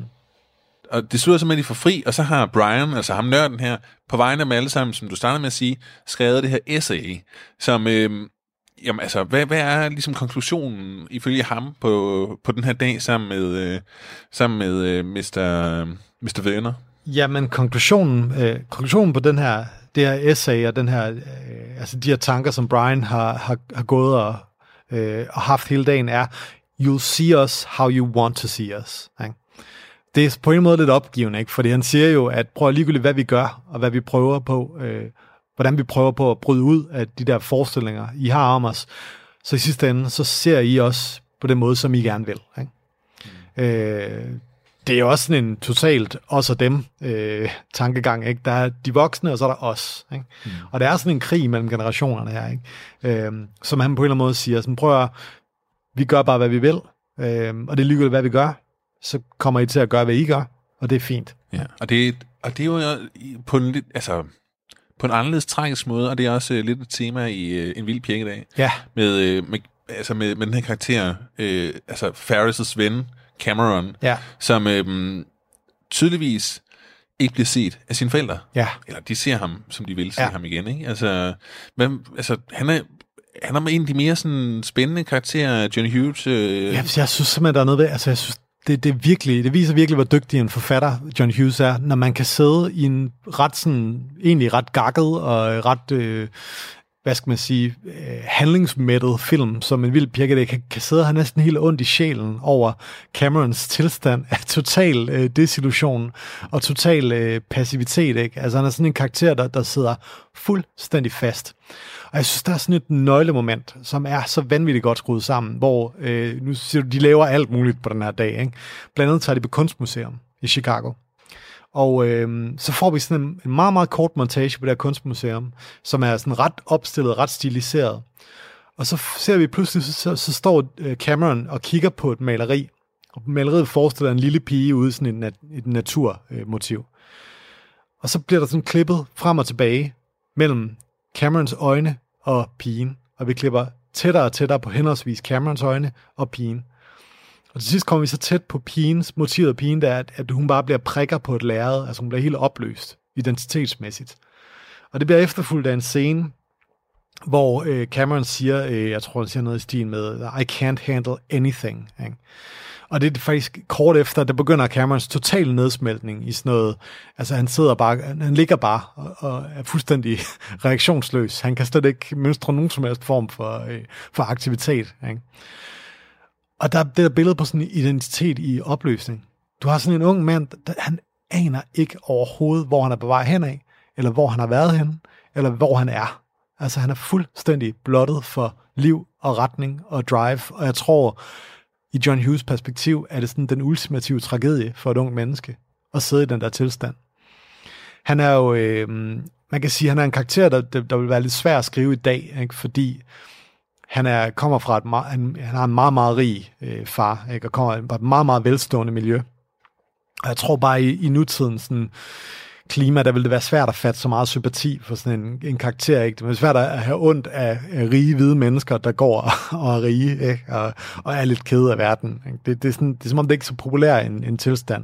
Og det slutter så med, at de får fri, og så har Brian, altså ham nørden her, på vegne af dem alle sammen, som du startede med at sige, skrevet det her essay, som, øh, jamen altså, hvad, hvad er ligesom konklusionen ifølge ham på, på den her dag sammen med, øh, sammen med øh, mister mister Werner? Jamen, konklusionen, øh, konklusionen på den her, det her essay og den her, øh, altså de her tanker, som Brian har, har, har gået og, øh, og haft hele dagen, er, you'll see us how you want to see us, ikke? Det er på en måde lidt opgivende, ikke? Fordi han siger jo, at prøv ligegyldigt, hvad vi gør, og hvad vi prøver på, øh, hvordan vi prøver på at bryde ud af de der forestillinger, I har om os, så i sidste ende, så ser I os på den måde, som I gerne vil, ikke? Mm. Øh, det er jo også sådan en totalt os og dem øh, tankegang, ikke? Der er de voksne, og så er der os, ikke? Mm. Og der er sådan en krig mellem generationerne her, ikke? Øh, som han på en eller anden måde siger, sådan, prøv at, vi gør bare, hvad vi vil, øh, og det er ligegyldigt, hvad vi gør, så kommer I til at gøre, hvad I gør, og det er fint. Ja, og det, og det er jo på en, altså, på en anderledes tragisk måde, og det er også uh, lidt et tema i uh, En Vild Pjekkedag. Ja. Med, uh, med, altså med, med den her karakter, uh, altså Ferris' ven, Cameron, ja. som uh, tydeligvis ikke bliver set af sine forældre. Ja. Eller de ser ham, som de vil se ja. ham igen, ikke? Altså, hvem, altså han er... Han er en af de mere sådan spændende karakterer, John Hughes. Øh... Ja, jeg synes simpelthen, der er noget ved, altså jeg synes, det, det, er virkelig, det viser virkelig, hvor dygtig en forfatter John Hughes er, når man kan sidde i en ret sådan, egentlig ret gakket og ret, øh, hvad skal man sige, øh, handlingsmættet film, som En Vild Pjekkedag, kan, kan sidde og have næsten helt ondt i sjælen over Camerons tilstand af total øh, desillusion og total øh, passivitet, ikke? Altså han er sådan en karakter, der, der sidder fuldstændig fast. Og jeg synes, der er sådan et nøglemoment, som er så vanvittigt godt skruet sammen, hvor, øh, nu siger du, de laver alt muligt på den her dag, ikke? Blandt andet tager de på Kunstmuseum i Chicago. Og øh, så får vi sådan en, en meget, meget kort montage på det her kunstmuseum, som er sådan ret opstillet, ret stiliseret. Og så ser vi pludselig, så, så, så står Cameron og kigger på et maleri, og maleriet forestiller en lille pige ude i sådan et, nat, et naturmotiv. Og så bliver der sådan klippet frem og tilbage mellem Camerons øjne og pigen, og vi klipper tættere og tættere på henholdsvis Camerons øjne og pigen. Og til sidst kommer vi så tæt på pigens, motivet af pigen, der er, at hun bare bliver prikker på et lærred, altså hun bliver helt opløst, identitetsmæssigt. Og Og det bliver efterfulgt af en scene, hvor øh, Cameron siger, øh, jeg tror han siger noget i stil med, I can't handle anything. Ikke? Og det er faktisk kort efter, der begynder Camerons total nedsmeltning i sådan noget. Altså han sidder bare, han ligger bare og, og er fuldstændig reaktionsløs. Han kan slet ikke mønstre nogen som helst form for, øh, for aktivitet. Ikke? Og der er det der billede på sådan en identitet i opløsning. Du har sådan en ung mand, der, han aner ikke overhovedet, hvor han er på vej henad, eller hvor han har været henne, eller hvor han er. Altså han er fuldstændig blottet for liv og retning og drive, og jeg tror, i John Hughes perspektiv, er det sådan den ultimative tragedie for et ung menneske, at sidde i den der tilstand. Han er jo, øh, man kan sige, han er en karakter, der, der vil være lidt svær at skrive i dag, ikke? Fordi han er, kommer fra et meget, han, han har en meget, meget rig øh, far, ikke? Og kommer fra et meget, meget velstående miljø. Og jeg tror bare, i, i nutiden sådan, klima, der vil det være svært at fatte så meget sympati for sådan en, en karakter. Ikke? Det vil være svært at have ondt af, af rige, hvide mennesker, der går og, og er rige, ikke? Og, og er lidt kede af verden. Ikke? Det, det, er sådan, det er som om, det ikke er så populær en, en tilstand.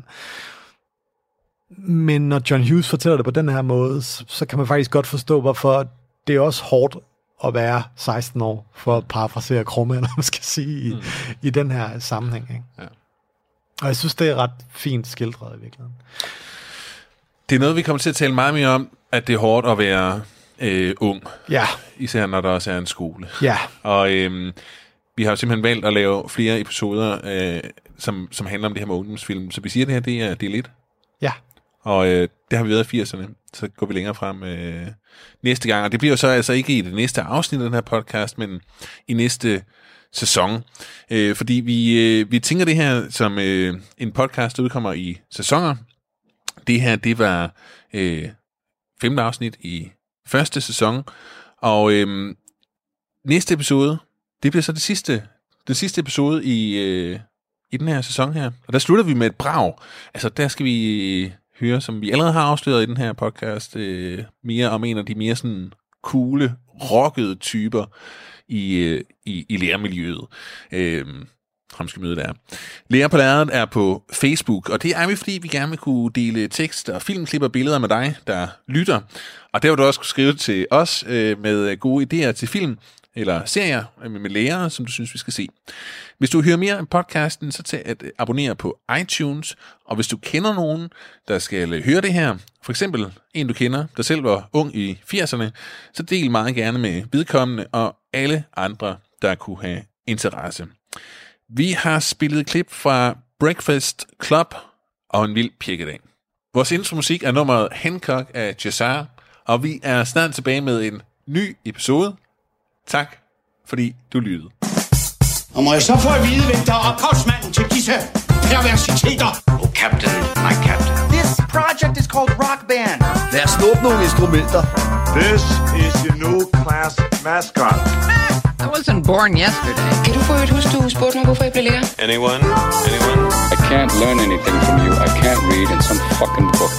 Men når John Hughes fortæller det på den her måde, så, så kan man faktisk godt forstå, hvorfor det er også hårdt at være seksten år, for at parafrasere Krumme, eller man skal sige, i, mm. i den her sammenhæng. Ikke? Ja. Og jeg synes, det er ret fint skildret i virkeligheden. Det er noget, vi kommer til at tale meget mere om, at det er hårdt at være øh, ung. Ja. Især når der også er en skole. Ja. Og øh, vi har jo simpelthen valgt at lave flere episoder, øh, som, som handler om det her med ungdomsfilm. Så vi siger, at det her det er del et. Ja. Og øh, det har vi været i firserne. Så går vi længere frem øh, næste gang. Og det bliver jo så altså ikke i det næste afsnit af den her podcast, men i næste sæson. Øh, fordi vi, øh, vi tænker det her som øh, en podcast, der udkommer i sæsoner. Det her, det var øh, femte afsnit i første sæson, og øh, næste episode, det bliver så det sidste, den sidste episode i, øh, i den her sæson her. Og der slutter vi med et brag. Altså, der skal vi høre, som vi allerede har afsløret i den her podcast, øh, mere om en af de mere sådan coole, rockede typer i, øh, i, i lærermiljøet. Øh, Fremskemødet er. Lærer på lærret er på Facebook, og det er vi, fordi vi gerne vil kunne dele tekst og filmklip og billeder med dig, der lytter. Og der vil du også kunne skrive til os øh, med gode idéer til film eller serier øh, med lærere, som du synes, vi skal se. Hvis du hører mere om podcasten, så tag at abonnere på iTunes, og hvis du kender nogen, der skal høre det her, for eksempel en du kender, der selv var ung i firserne, så del meget gerne med vedkommende og alle andre, der kunne have interesse. Vi har spillet klip fra Breakfast Club og en vild pjekkedag. Vores intromusik er nummeret Hancock af Jazzar, og vi er snart tilbage med en ny episode. Tak, fordi du lyttede. Og må jeg så få at vide, hvem der er ophavsmanden til disse perversiteter? Oh, Captain, my Captain. This project is called Rock Band. Lad os snuppe nogle instrumenter. This is your new class mascot. I wasn't born yesterday. Kan du få et huske, du spurgte mig, hvorfor jeg blev lærer? Anyone? Anyone? I can't learn anything from you. I can't read in some fucking book.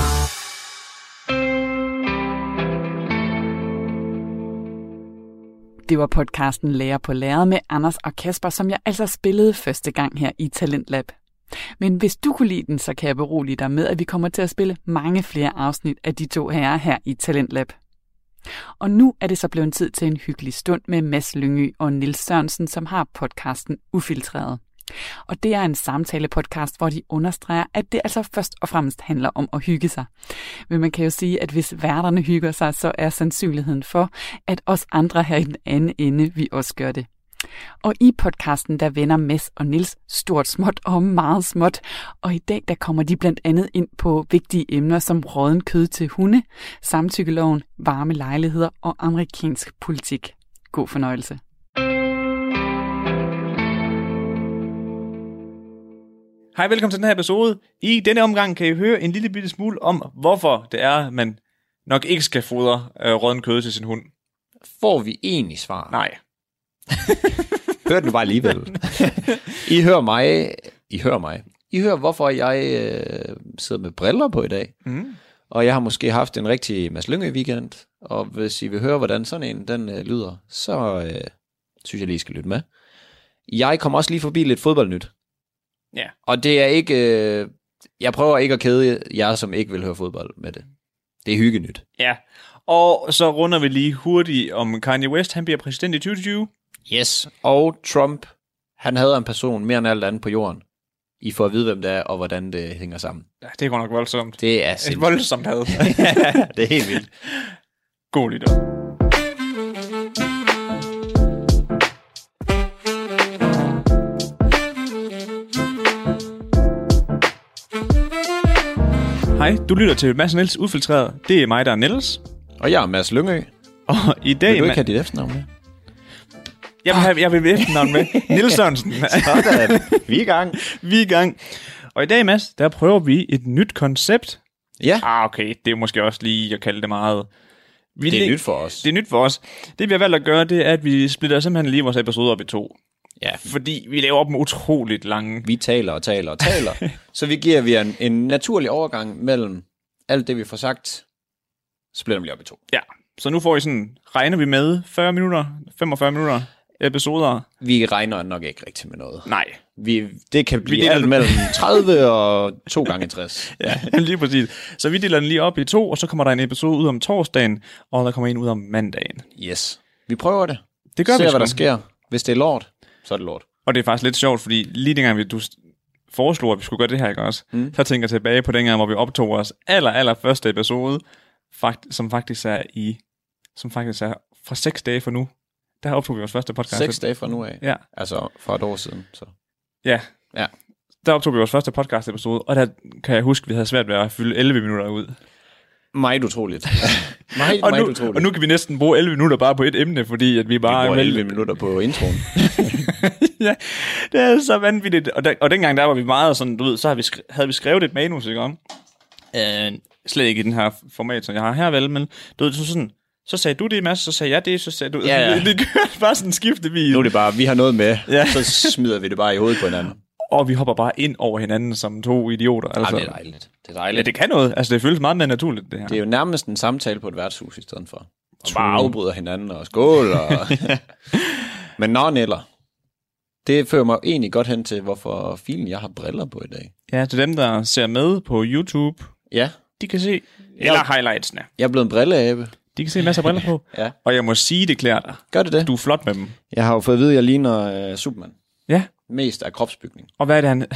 Det var podcasten Lærer på Lærret med Anders og Kasper, som jeg altså spillede første gang her i Talentlab. Men hvis du kunne lide den, så kan jeg berolige dig med, at vi kommer til at spille mange flere afsnit af de to herrer her i Talentlab. Og nu er det så blevet tid til en hyggelig stund med Mads Lyngø og Niels Sørensen, som har podcasten Ufiltreret. Og det er en samtale-podcast, hvor de understreger, at det altså først og fremmest handler om at hygge sig. Men man kan jo sige, at hvis værterne hygger sig, så er sandsynligheden for, at os andre her i den anden ende, vi også gør det. Og i podcasten, der vender Mads og Niels stort småt og meget småt. Og i dag, der kommer de blandt andet ind på vigtige emner som rådden kød til hunde, samtykkeloven, varme lejligheder og amerikansk politik. God fornøjelse. Hej, velkommen til den her episode. I denne omgang kan I høre en lille bitte smule om, hvorfor det er, man nok ikke skal fodre øh, rådden kød til sin hund. Får vi egentlig svar? Nej. Hør den bare alligevel. I hører mig. I hører mig. I hører, hvorfor jeg øh, sidder med briller på i dag. Mm. Og jeg har måske haft en rigtig Mads Lyngø weekend. Og hvis I vil høre, hvordan sådan en den øh, lyder, så øh, synes jeg lige, I skal lytte med. Jeg kommer også lige forbi lidt fodboldnyt. Ja. Og det er ikke... Øh, jeg prøver ikke at kede jer, som ikke vil høre fodbold med det. Det er hyggenyt. Ja, Og så runder vi lige hurtigt om Kanye West. Han bliver præsident i tyve tyve. Yes, og Trump, han havde en person mere end alt andet på jorden. I får at vide, hvem det er, og hvordan det hænger sammen. Ja, det er godt nok voldsomt. Det er sindssygt. Et voldsomt had. Det er helt vildt. God lytter. Hej, du lytter til Mads og Niels Udfiltreret. Det er mig, der er Niels. Og jeg er Mads Lyngø. Og i dag... Vil du ikke have dit efternavn med? Jeg vil have, jeg vil have efternavn med. Niels Sørensen. Sådan. Vi er i gang. Vi er i gang. Og i dag, Mads, der prøver vi et nyt koncept. Ja. Ah, okay. Det er måske også lige at kalde det meget... Vi det er læg... nyt for os. Det er nyt for os. Det vi har valgt at gøre, det er, at vi splitter simpelthen lige vores episode op i to. Ja. Fordi vi laver dem utroligt lange. Vi taler og taler og taler. Så vi giver vi en, en naturlig overgang mellem alt det, vi får sagt, splitter vi op i to. Ja. Så nu får I sådan, regner vi med fyrre minutter, femogfyrre minutter episoder. Vi regner nok ikke rigtig med noget. Nej. Vi, det kan blive deler... alt mellem tredive og to gange tres. Ja, lige præcis. Så vi deler den lige op i to, og så kommer der en episode ud om torsdagen, og der kommer en ud om mandagen. Yes. Vi prøver det. Det gør Ser, vi hvad der sker. Hvis det er lort, så er det lort. Og det er faktisk lidt sjovt, fordi lige dengang vi, du foreslog, at vi skulle gøre det her, ikke også? Mm. Så tænker jeg tilbage på dengang, hvor vi optog vores aller, aller første episode, fakt, som faktisk er i, som faktisk er fra seks dage fra nu. Der optog vi vores første podcast. Seks dage fra nu af? Ja. Altså fra et år siden, så. Ja. Ja. Der optog vi vores første podcast episode, og der kan jeg huske, at vi havde svært ved at fylde elleve minutter ud. Meget utroligt. meget, og, meget nu, utroligt. Og nu kan vi næsten bruge elleve minutter bare på et emne, fordi at vi bare... Vi bruger elleve minutter på introen. Ja, det er så vanvittigt. Og, der, og dengang der var vi meget sådan, du ved, så havde vi, skrevet, havde vi skrevet et manus, ikke om? Øh, slet ikke i den her format, som jeg har her, vel, men du ved, så sådan... Så sagde du det, Mads, så sagde jeg det, så sagde du... Ja, ja. Det gør bare sådan en skiftevis. Nu er det bare, vi har noget med, ja. Så smider vi det bare i hovedet på hinanden. Og vi hopper bare ind over hinanden som to idioter. Altså. Ja, det er dejligt. Det er dejligt. Ja, det kan noget. Altså, det føles meget mere naturligt, det her. Det er jo nærmest en samtale på et værtshus i stedet for. Og bare afbryder hinanden og skål. Og... Men nå, Neller. Det fører mig egentlig godt hen til, hvorfor filen jeg har briller på i dag. Ja, til dem, der ser med på YouTube. Ja. De kan se. Eller highlightsene. Jeg er blevet en brilleabe. De kan se masser af briller på. Ja. Og jeg må sige, det klæder dig. Gør det det? Du er flot med dem. Jeg har jo fået at vide, at jeg ligner uh, Superman. Ja. Mest af kropsbygning. Og hvad er det, han...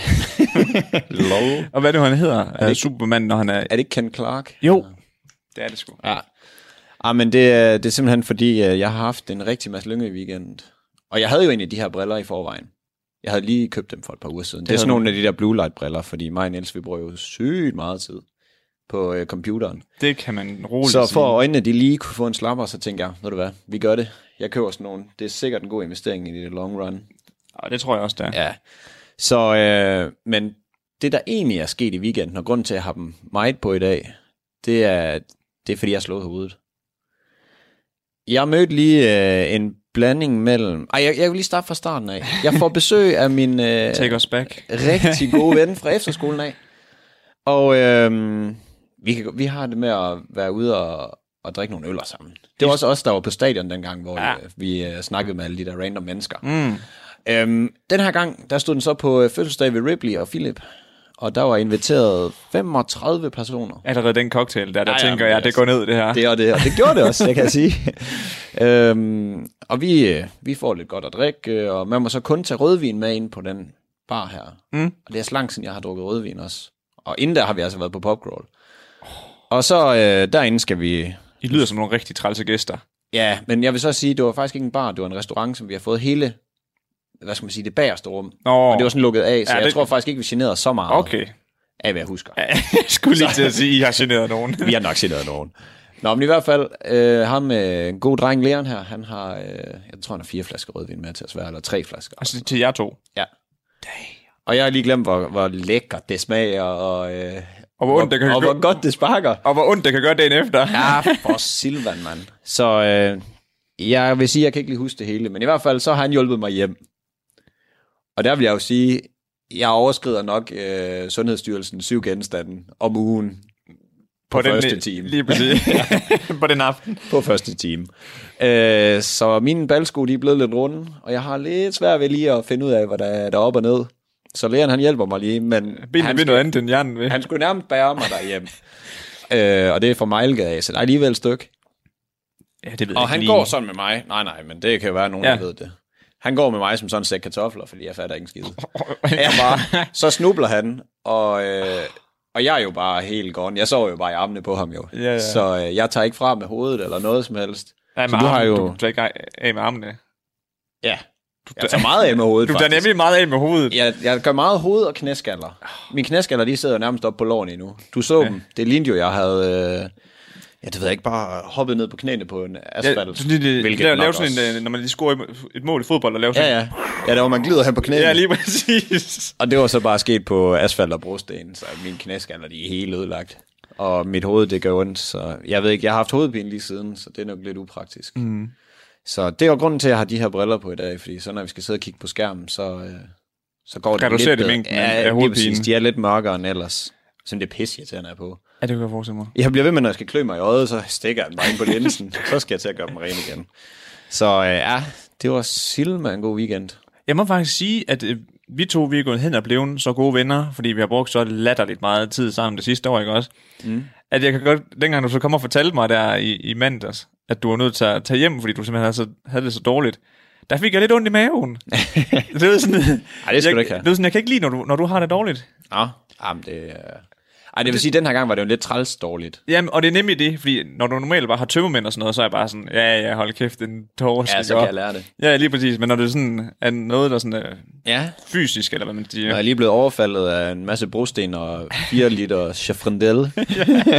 Lol. Og hvad er det, han hedder? Er det ikke... Superman, når han er... Er det ikke Ken Clark? Jo. Det er det sgu. Ja. Ah, men det, det er simpelthen fordi, jeg har haft en rigtig masse Lyngø weekend. Og jeg havde jo egentlig de her briller i forvejen. Jeg havde lige købt dem for et par uger siden. Det, det er sådan nogle af de der blue light briller, fordi mig og Niels, vi bruger jo sygt meget tid på øh, computeren. Det kan man roligt Så for sige. øjnene, de lige kunne få en slapper, så tænker jeg, ved du hvad, vi gør det. Jeg køber sådan nogle. Det er sikkert en god investering i det long run. Og det tror jeg også, det er. Ja. Så, øh, men det, der egentlig er sket i weekenden, og grunden til, at jeg har dem meget på i dag, det er, det er fordi, jeg har slået hovedet. Jeg mødte lige øh, en blanding mellem... Ej, jeg, jeg vil lige starte fra starten af. Jeg får besøg af min øh, Take us back. rigtig gode ven fra efterskolen af. Og øh, vi, kan, vi har det med at være ude og, og drikke nogle øller sammen. Det var også os, der var på stadion dengang, hvor ja. øh, vi øh, snakkede med alle de der random mennesker. Mm. Øhm, den her gang, der stod den så på øh, fødselsdag ved Ripley og Philip. Og der var inviteret femogtredive personer. Allerede den cocktail der, der ja, tænker ja, jeg, det går ned det her. Det og det, og det gjorde det også, det kan jeg sige. øhm, og vi, vi får lidt godt at drikke, og man må så kun tage rødvin med ind på den bar her. Mm. Og det er så langt siden, jeg har drukket rødvin også. Og inden der har vi altså været på popcrawl. Og så øh, derinde skal vi... I lyder som nogle rigtig trælse gæster. Ja, men jeg vil så sige, det var faktisk ikke en bar, det var en restaurant, som vi har fået hele... hvad skal man sige, det bagerste rum. Nå. Og det var sådan lukket af, så ja, jeg det... tror faktisk ikke, vi generede så meget. Okay. Af hvad jeg husker. Ja, jeg skulle lige til at sige, at I har generet nogen. Vi har nok generet nogen. Nå, men i hvert fald, øh, ham med en god dreng, Leon her, han har, øh, jeg tror han har fire flasker rødvin med til at svære, eller tre flasker. Altså til jer to? Ja. Og jeg har lige glemt, hvor, hvor lækkert det smager, og, øh, og, hvor, ondt det kan og gøre... hvor godt det sparker. Og hvor ondt det kan gøre dagen efter. Ja, for Silvan, mand. Så øh, jeg vil sige, jeg kan ikke lige huske det hele, men i hvert fald, så har han hjulpet mig hjem. Og der vil jeg jo sige, jeg overskrider nok øh, Sundhedsstyrelsens syv genstande om ugen på, på første den, time. Lige præcis. På den aften. På første time. Øh, så mine balsko, de er blevet lidt runde, og jeg har lidt svært ved lige at finde ud af, hvad der er, der er op og ned. Så Leon, han hjælper mig lige, men han, skal, noget andet end hjernen ved. Han skulle nærmest bære mig derhjem. øh, og det er fra Mejlgade af, så der er alligevel et stykke. Ja, det ved og jeg han ikke går lige. sådan med mig. Nej, nej, men det kan jo være, nogen, Ja. der ved det. Han går med mig som sådan en sæk kartofler, fordi jeg fatter ikke en skid. Jeg bare, så snubler han, og, øh, og jeg er jo bare helt gone. Jeg sover jo bare i armene på ham jo. Ja, ja. Så øh, jeg tager ikke fra med hovedet eller noget som helst. Ja, så med du har armen, jo... du tager ikke af med armene. Ja, jeg tager meget af med hovedet, Du tager nemlig meget af med hovedet. Jeg, jeg gør meget hoved og knæskaller. Mine knæskaller, de sidder nærmest op på lårene endnu. Du så ja. dem. Det lignede jo, jeg havde... Øh, ja, det ved jeg ikke, bare hoppet ned på knæene på en asfalt. Ja, så det, det, lave, lave sådan en, når man lige scorer et mål i fodbold, og lave sådan... Ja, ja. Ja, der var man glider hen på knæene. Ja, lige præcis. Og det var så bare sket på asfalt og brosten, så mine knæskaller, de er helt ødelagt. Og mit hoved, det gør ondt, så jeg ved ikke, jeg har haft hovedpine lige siden, så det er nok lidt upraktisk. Mm. Så det er jo grunden til, at jeg har de her briller på i dag, fordi så når vi skal sidde og kigge på skærmen, så, øh, så går det kan lidt... Kan du se det mængden ja, af hovedpine? De er lidt mørkere end ellers. Som det er pisseirriterende er på. Ja, det kan jeg forestille mig. Jeg bliver ved med, når jeg skal klø mig i øjet, så stikker jeg den bare ind på linsen. Så skal jeg til at gøre dem ren igen. Så øh, ja, det var silme en god weekend. Jeg må faktisk sige, at øh, vi to vi er gået hen og blevet så gode venner, fordi vi har brugt så latterligt meget tid sammen det sidste år, ikke også? Mm. At jeg kan godt, dengang du så kom og fortalte mig der i, i mandags, at du var nødt til at tage hjem, fordi du simpelthen havde, så, havde det så dårligt. Der fik jeg lidt ondt i maven. det er sådan, Ej, det skal jeg, du ikke have. Det er sådan, jeg kan ikke lide, når du, når du har det dårligt. Nå, jamen det... Øh... Ej, det vil sige, at den her gang var det jo lidt træls dårligt. Jamen, og det er nemlig det, fordi når du normalt bare har tømmermænd og sådan noget, så er jeg bare sådan, ja, ja, hold kæft, den torsk. Ja, så kan jeg lære det. Ja, lige præcis, men når det er sådan, er noget, der sådan er ja. fysisk, eller hvad man siger. Jeg er lige blevet overfaldet af en masse brosten og fire liter chafrindel. Jeg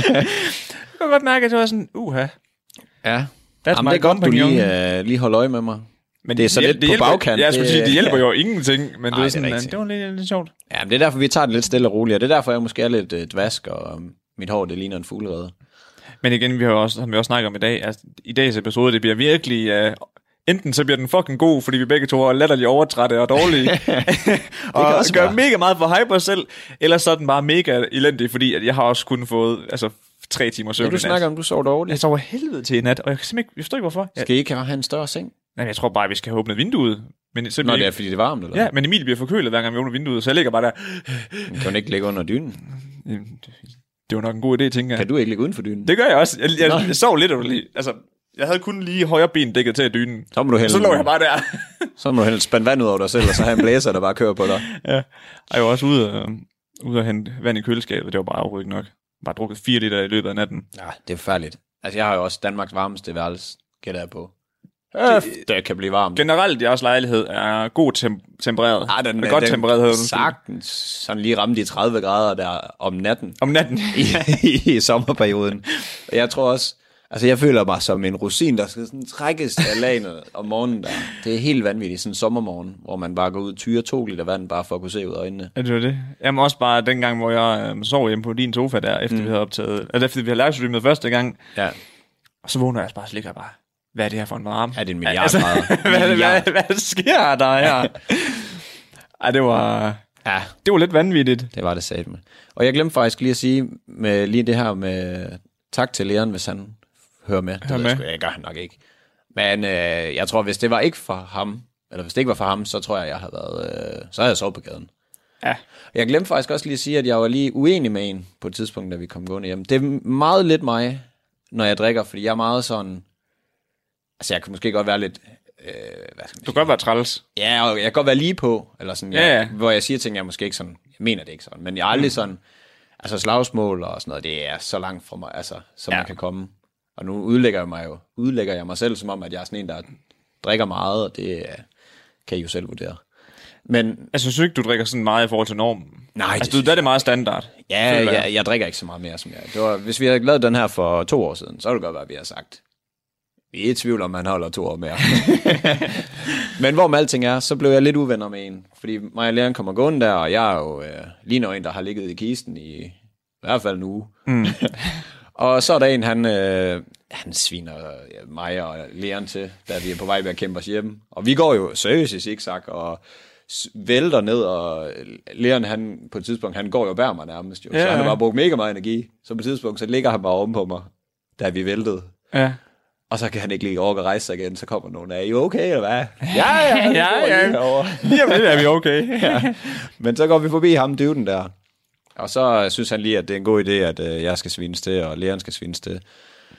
kan godt mærke, at det var sådan, uha. Ja, jamen, det er godt, du lige, uh, lige holder øje med mig. Men det er så det, lidt det hjælper, på bagkant. Ja, jeg skulle det, sige, det hjælper jo ingenting, men nej, det, er sådan, det, er det var lidt, lidt sjovt. Ja, men det er derfor, vi tager det lidt stille og roligt, og det er derfor, jeg måske er lidt uh, dvask, og um, mit hår, det ligner en fuglerede. Men igen, vi har også, har vi også snakket om i dag, altså, i dagens episode, det bliver virkelig... Uh, enten så bliver den fucking god, fordi vi begge to er latterligt overtrætte og dårlige, og også gør være. mega meget for hype os selv, eller så er den bare mega elendig, fordi at jeg har også kun fået altså, tre timer søvn. Ja, du snakker om, du sov dårligt. Jeg sov helvede til i nat, og jeg kan simpelthen ikke, jeg forstår ikke hvorfor. Skal I ikke have en større seng? Nej, jeg tror bare, at vi skal have åbnet vinduet. Men Nå, det er fordi det er varmt, eller? Ja, men Emil bliver forkølet, hver gang vi åbner vinduet, så jeg ligger bare der. Kan hun ikke ligge under dynen? Det var nok en god idé, tænker jeg. Kan du ikke ligge uden for dynen? Det gør jeg også. Jeg, jeg, jeg, jeg sov lidt og lige. Altså, jeg havde kun lige højre ben dækket til dynen. Så må du hælde. Så lå jeg bare der. Så må du hælde spænde vand ud over dig selv, og så have en blæser, der bare kører på dig. Ja. Jeg var også ude, øh, ude at hente vand i køleskabet. Det var bare afrygt nok. Bare drukket fire liter i løbet af natten. Ja, det er forfærdeligt. Altså, jeg har jo også Danmarks varmeste værelse, gætter jeg på. Det, det kan blive varmt. Generelt, jeres lejlighed er god tem- tempereret. Ah, den, er godt den tempereret. Hedder sagtens sådan lige ramme de tredive grader der om natten. Om natten? I, i, i sommerperioden. Jeg tror også, altså jeg føler mig som en rosin, der skal sådan trækkes af lagenet om morgenen der. Det er helt vanvittigt, sådan en sommermorgen, hvor man bare går ud og tyrer to liter vand, bare for at kunne se ud af øjnene. Ja, det var det. Jamen også bare dengang, hvor jeg øh, sov hjemme på din sofa der, efter mm. vi havde optaget, altså efter vi havde livestreamet første gang. Ja. Og så vågner jeg bare, så ligger jeg bare, hvad er det her for en varme? Er det en milliard grader? Altså, hvad, hvad, hvad, hvad sker der her? Ej, det var... Ja. Det var lidt vanvittigt. Det var det satme. Og jeg glemte faktisk lige at sige, med lige det her med, tak til Leon, hvis han hører med. Det Hør ved med. Jeg, sgu, jeg gør han nok ikke. Men øh, jeg tror, hvis det var ikke for ham, eller hvis det ikke var for ham, så tror jeg, jeg havde været, øh, så havde jeg sovet på gaden. Ja. Jeg glemte faktisk også lige at sige, at jeg var lige uenig med en på et tidspunkt, da vi kom gående hjem. Det er meget lidt mig, når jeg drikker, fordi jeg er meget sådan... Altså, jeg kan måske godt være lidt... Øh, hvad skal man du kan godt være træls. Ja, og jeg kan godt være lige på, eller sådan, ja, ja. Jeg, hvor jeg siger ting, jeg måske ikke sådan... Jeg mener det ikke sådan, men jeg er aldrig mm. sådan... Altså, slagsmål og sådan noget, det er så langt fra mig, altså, som ja. man kan komme. Og nu udlægger jeg mig jo... Udlægger jeg mig selv, som om, at jeg er sådan en, der drikker meget, og det kan I jo selv vurdere. Men... Altså, jeg synes ikke, du drikker sådan meget i forhold til normen. Nej, altså, det, der er det meget standard. Ja, jeg, jeg, jeg drikker ikke så meget mere, som jeg... Det var, hvis vi havde lavet den her for to år siden, så ville det godt være, at vi har sagt... Vi er i tvivl om, man holder to år mere. Men hvor med alting er, så blev jeg lidt uvenner med en. Fordi mig og Leon kommer gående der, og jeg er jo øh, lige nu en, der har ligget i kisten i i hvert fald en uge. Mm. Og så er der en, han, øh, han sviner mig og Leon til, da vi er på vej ved at kæmpe os hjem. Og vi går jo seriøst i zigzag og vælter ned, og Leon, han på et tidspunkt, han går jo og bærer mig nærmest. Jo. Ja, så han har bare brugt mega meget energi. Så på et tidspunkt, så ligger han bare oven på mig, da vi væltede. Ja. Og så kan han ikke lige overgå at rejse sig igen, så kommer nogen af, er I okay, eller hvad? Ja, ja, ja, ja. Jamen, det er vi okay. Ja. Men så går vi forbi ham, dyvden der. Og så synes han lige, at det er en god idé, at øh, jeg skal svines til, og Leon skal svines til.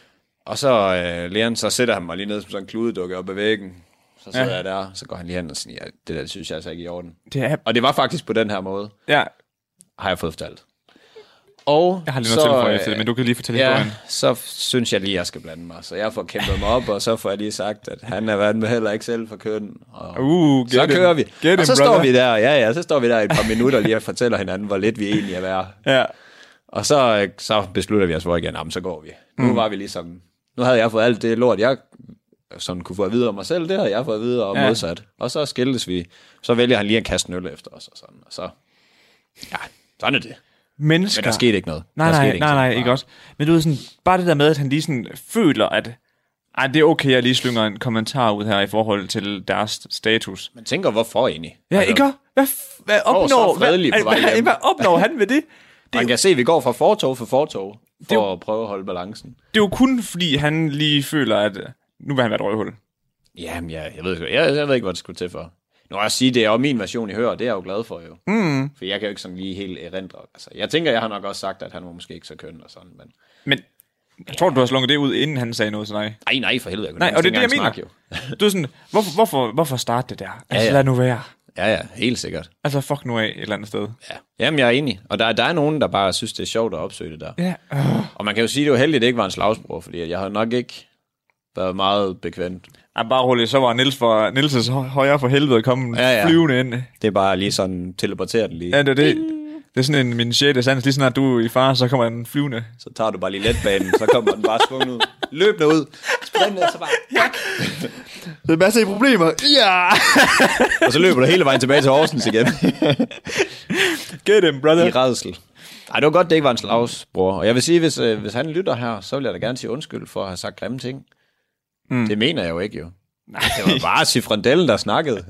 Og så øh, Leon, så sætter han mig lige ned som sådan en kludedukke op ad væggen. Så sidder ja. jeg der, så går han lige hen og siger, ja, det der synes jeg altså ikke i orden. Det er... Og det var faktisk på den her måde. Ja. Har jeg fået fortalt. Og jeg har lige noget tilføje efter det, men du kan lige fortælle ja, historien. Så synes jeg lige, at jeg skal blande mig. Så jeg får kæmpet mig op, og så får jeg lige sagt, at han er været med heller ikke selv for kønnen. Og uh, så him. kører vi. Get og så him, står brother. vi der, ja ja, så står vi der i et par minutter lige og fortæller hinanden, hvor lidt vi egentlig er værd. Ja. Og så, så beslutter vi os for igen, jamen så går vi. Nu mm. var vi ligesom, nu havde jeg fået alt det lort, jeg sådan kunne få at vide om mig selv, det havde jeg fået at vide om ja. modsat. Og så skiltes vi, så vælger han lige en kaste øl efter os og sådan. Og så, ja, sådan er det. Mennesker. Men der skete ikke noget. Nej, der nej, skete nej, nej, ikke også. Men du ved sådan, bare det der med, at han lige sådan føler, at ej, det er okay, at jeg lige slynger en kommentar ud her i forhold til deres status. Man tænker, hvorfor egentlig? Ja, altså, ikke? Hvad, hvad opnår, hvad, hvad, hvad opnår han ved det? det Man kan jo, se, at vi går fra fortog for fortog, for jo, at prøve at holde balancen. Det er jo kun fordi, han lige føler, at nu vil han være et røvhul. Jamen, ja, jeg ved, jeg, jeg ved ikke, hvad det skulle til for. Nu må jeg sige, det er jo min version, I hører, det er jeg jo glad for jo. Mm. For jeg kan jo ikke sådan lige helt erindre. Altså, jeg tænker, jeg har nok også sagt, at han var måske ikke så køn og sådan, men... Men jeg tror, du har slunget det ud, inden han sagde noget til dig. Nej, nej, for helvede. Jeg nej, og det er det, jeg mener. Jo. Du er sådan, hvorfor, hvorfor, hvorfor starte det der? Altså, ja, ja. Lad nu være. Ja, ja, helt sikkert. Altså, fuck nu af et eller andet sted. Ja, jamen, jeg er enig. Og der, der er nogen, der bare synes, det er sjovt at opsøge det der. Ja. Uh. Og man kan jo sige, at det var heldigt, at det ikke var en slagsbror, fordi jeg har nok ikke været meget bekvemt. Ja, bare roligt, så var Niels for, Niels' højre for helvede kommet ja, ja. flyvende ind. Det er bare lige sådan, teleporteret lige. Ja, det er det. Det er sådan en, min sjette sans, lige snart du er i far, så kommer den flyvende. Så tager du bare lige letbanen, så kommer den bare svunget ud. Løbende ud. Sprintende, så bare... Ja. Det er masser af problemer. Ja! Og så løber du hele vejen tilbage til Horsens igen. Get him, brother. I rædsel. Ej, det var godt, det ikke var en slagsbror. Og jeg vil sige, hvis, øh, hvis han lytter her, så vil jeg da gerne sige undskyld for at have sagt grimme ting. Mm. Det mener jeg jo ikke, jo. Nej. Det var bare Cifrandellen, der snakkede.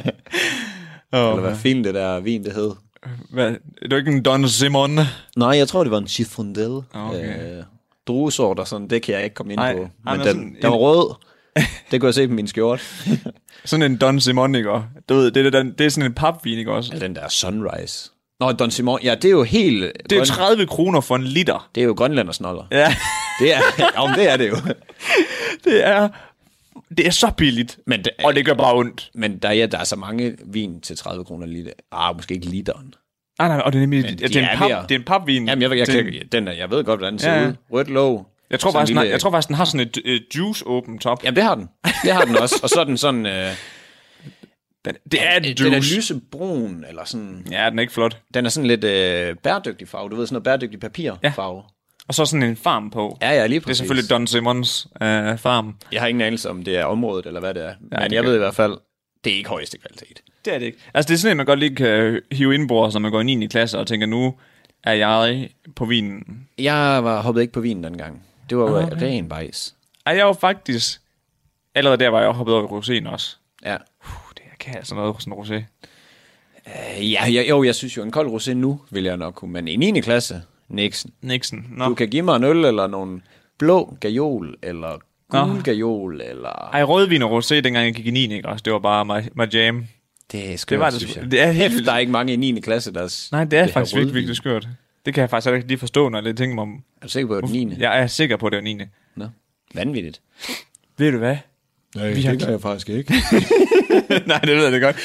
oh, Eller hvad fint det der vin, det hed. Hvad? Det var ikke en Don Simon? Nej, jeg tror, det var en Cifrandelle. Okay. Øh, druesort og sådan, det kan jeg ikke komme ind Ej, på. Men den, den en... var rød. Det kunne jeg se på min skjorte. Sådan en Don Simon, ikke? Du ved, det, er, det er sådan en papvin, ikke også? Ja, den der Sunrise. Nå, Don Simon, ja, det er jo helt... Det er jo tredive kroner for en liter. Det er jo grønlændersnoller. Ja. Det er, ja, det er det jo. Det er... Det er så billigt, men det, og det gør bare ondt. Men der, ja, der er så mange vin til tredive kroner liter. Ah, måske ikke literen. Ah, nej, og det er nemlig... Ja, det, er en pap, det er en papvin. Jamen, jeg, jeg, jeg, jeg, den, jeg ved godt, hvordan den ser ja. ud. Rødt låg. Jeg tror, faktisk, lille... jeg tror faktisk, den har sådan et uh, juice-open top. Jamen, det har den. Det har den også. Og så er den sådan... Uh, den, det er den, juice. Den er lysebrun, eller sådan... Ja, den er ikke flot. Den er sådan lidt uh, bæredygtig farve. Du ved, sådan noget bæredygtig papirfarve. Ja. Og så sådan en farm på. Ja, ja, lige præcis. Det er selvfølgelig Don Simons øh, farm. Jeg har ingen anelse om det er området, eller hvad det er. Ja, men det jeg ved i hvert fald, det er ikke højeste kvalitet. Det er det ikke. Altså det er sådan en, man godt lige kan hive indbords, når man går i niende klasse og tænker, nu er jeg på vinen. Jeg var hoppet ikke på vinen dengang. Det var jo okay. Ren bajs. Ej, jeg var faktisk... Allerede der var jeg hoppet over i roséen også. Ja. Uh, det kan altså noget sådan rosé. Uh, ja, jeg, jo, jeg synes jo, en kold rosé nu vil jeg nok kunne, men i niende klasse... Nixon. Nixon. No. Du kan give mig en øl, eller nogle blå gajol, eller gul gajol, eller... Ej, rødvin og rosé, dengang jeg gik i niende, ikke også? Det var bare my, my jam. Det er skørt, det var det, synes jeg. Det er helt... Der er ikke mange i niende klasse, der... Nej, det er det faktisk virkelig, virkelig skørt. Det kan jeg faktisk ikke lige forstå, når jeg tænker mig om... Er du sikker på, at det er niende? Jeg er sikker på, at det er niende. Nå, vanvittigt. Ved du hvad? Nej, vi det har... gør jeg faktisk ikke. Nej, det ved jeg det godt.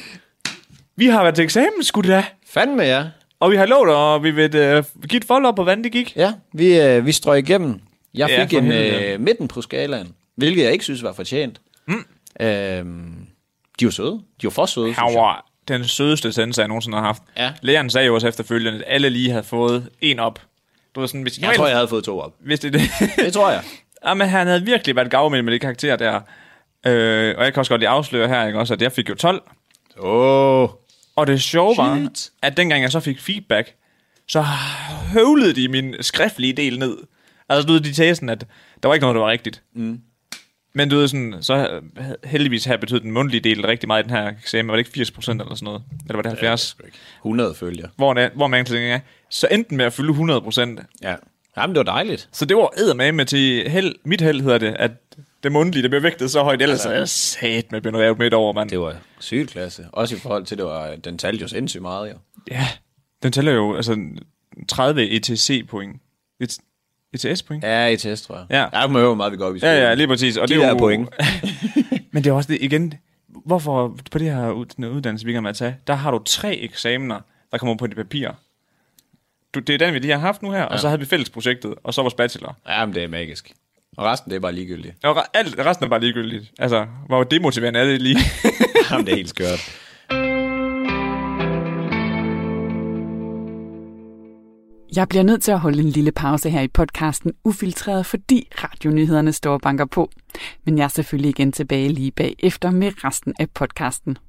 Vi har været til eksamen, sgu da. Fandme, ja. Og vi har lovet, og vi vil uh, give et follow-up på, hvordan det gik. Ja, vi, uh, vi strøg igennem. Jeg fik ja, en uh, midten på skalaen, hvilket jeg ikke synes var fortjent. Mm. Uh, de var søde. De var for søde, synes jeg. Var den sødeste sensor, jeg nogensinde har haft. Ja. Læreren sagde jo også efterfølgende, at alle lige havde fået en op. Du ved sådan, hvis jeg, jeg tror, jeg havde fået to op. Vidste det? Det tror jeg. Jamen, han havde virkelig været gavmild med det karakter der. Øh, og jeg kan også godt lige afsløre her, ikke også, at jeg fik jo tolv. Åh... Oh. Og det sjove var, at dengang jeg så fik feedback, så høvlede de min skriftlige del ned. Altså du ved, de sagde sådan, at der var ikke noget, der var rigtigt. Mm. Men du ved sådan, så heldigvis har betydet den mundtlige del rigtig meget i den her eksamen. Var det ikke firs procent eller sådan noget? Eller var det halvfjerds? hundrede følger. Hvor, hvor man tænker, så enten med at fylde hundrede procent. Ja, jamen det var dejligt. Så det var eddermame til held, mit held hedder det, at det mundtlige, det blev vægtet så højt, ellers er jeg sat med blevet revet midt over, mand. Det var sygt klasse. Også i forhold til, det var, den talte jo sindssygt meget, jo. Ja, den tæller jo altså tredive E T C-point. E T S-point? Ja, E T S, tror jeg. Ja. Der må jo meget, vi går op i skolen. Ja, ja, lige præcis. Og de det er der jo point. Men det er også det, igen, hvorfor på det her uddannelse, vi kan med at tage, der har du tre eksamener, der kommer på dit papir. Du, det er den, vi lige har haft nu her, ja. Og så havde vi fællesprojektet, og så vores bachelor. Ja, men det er magisk. Og resten, det er bare ligegyldigt. Og alt, resten er bare ligegyldigt. Altså, hvor demotiverende er det lige? Jamen, det er helt skørt. Jeg bliver nødt til at holde en lille pause her i podcasten Ufiltreret, fordi radionyhederne står og banker på. Men jeg er selvfølgelig igen tilbage lige bagefter med resten af podcasten.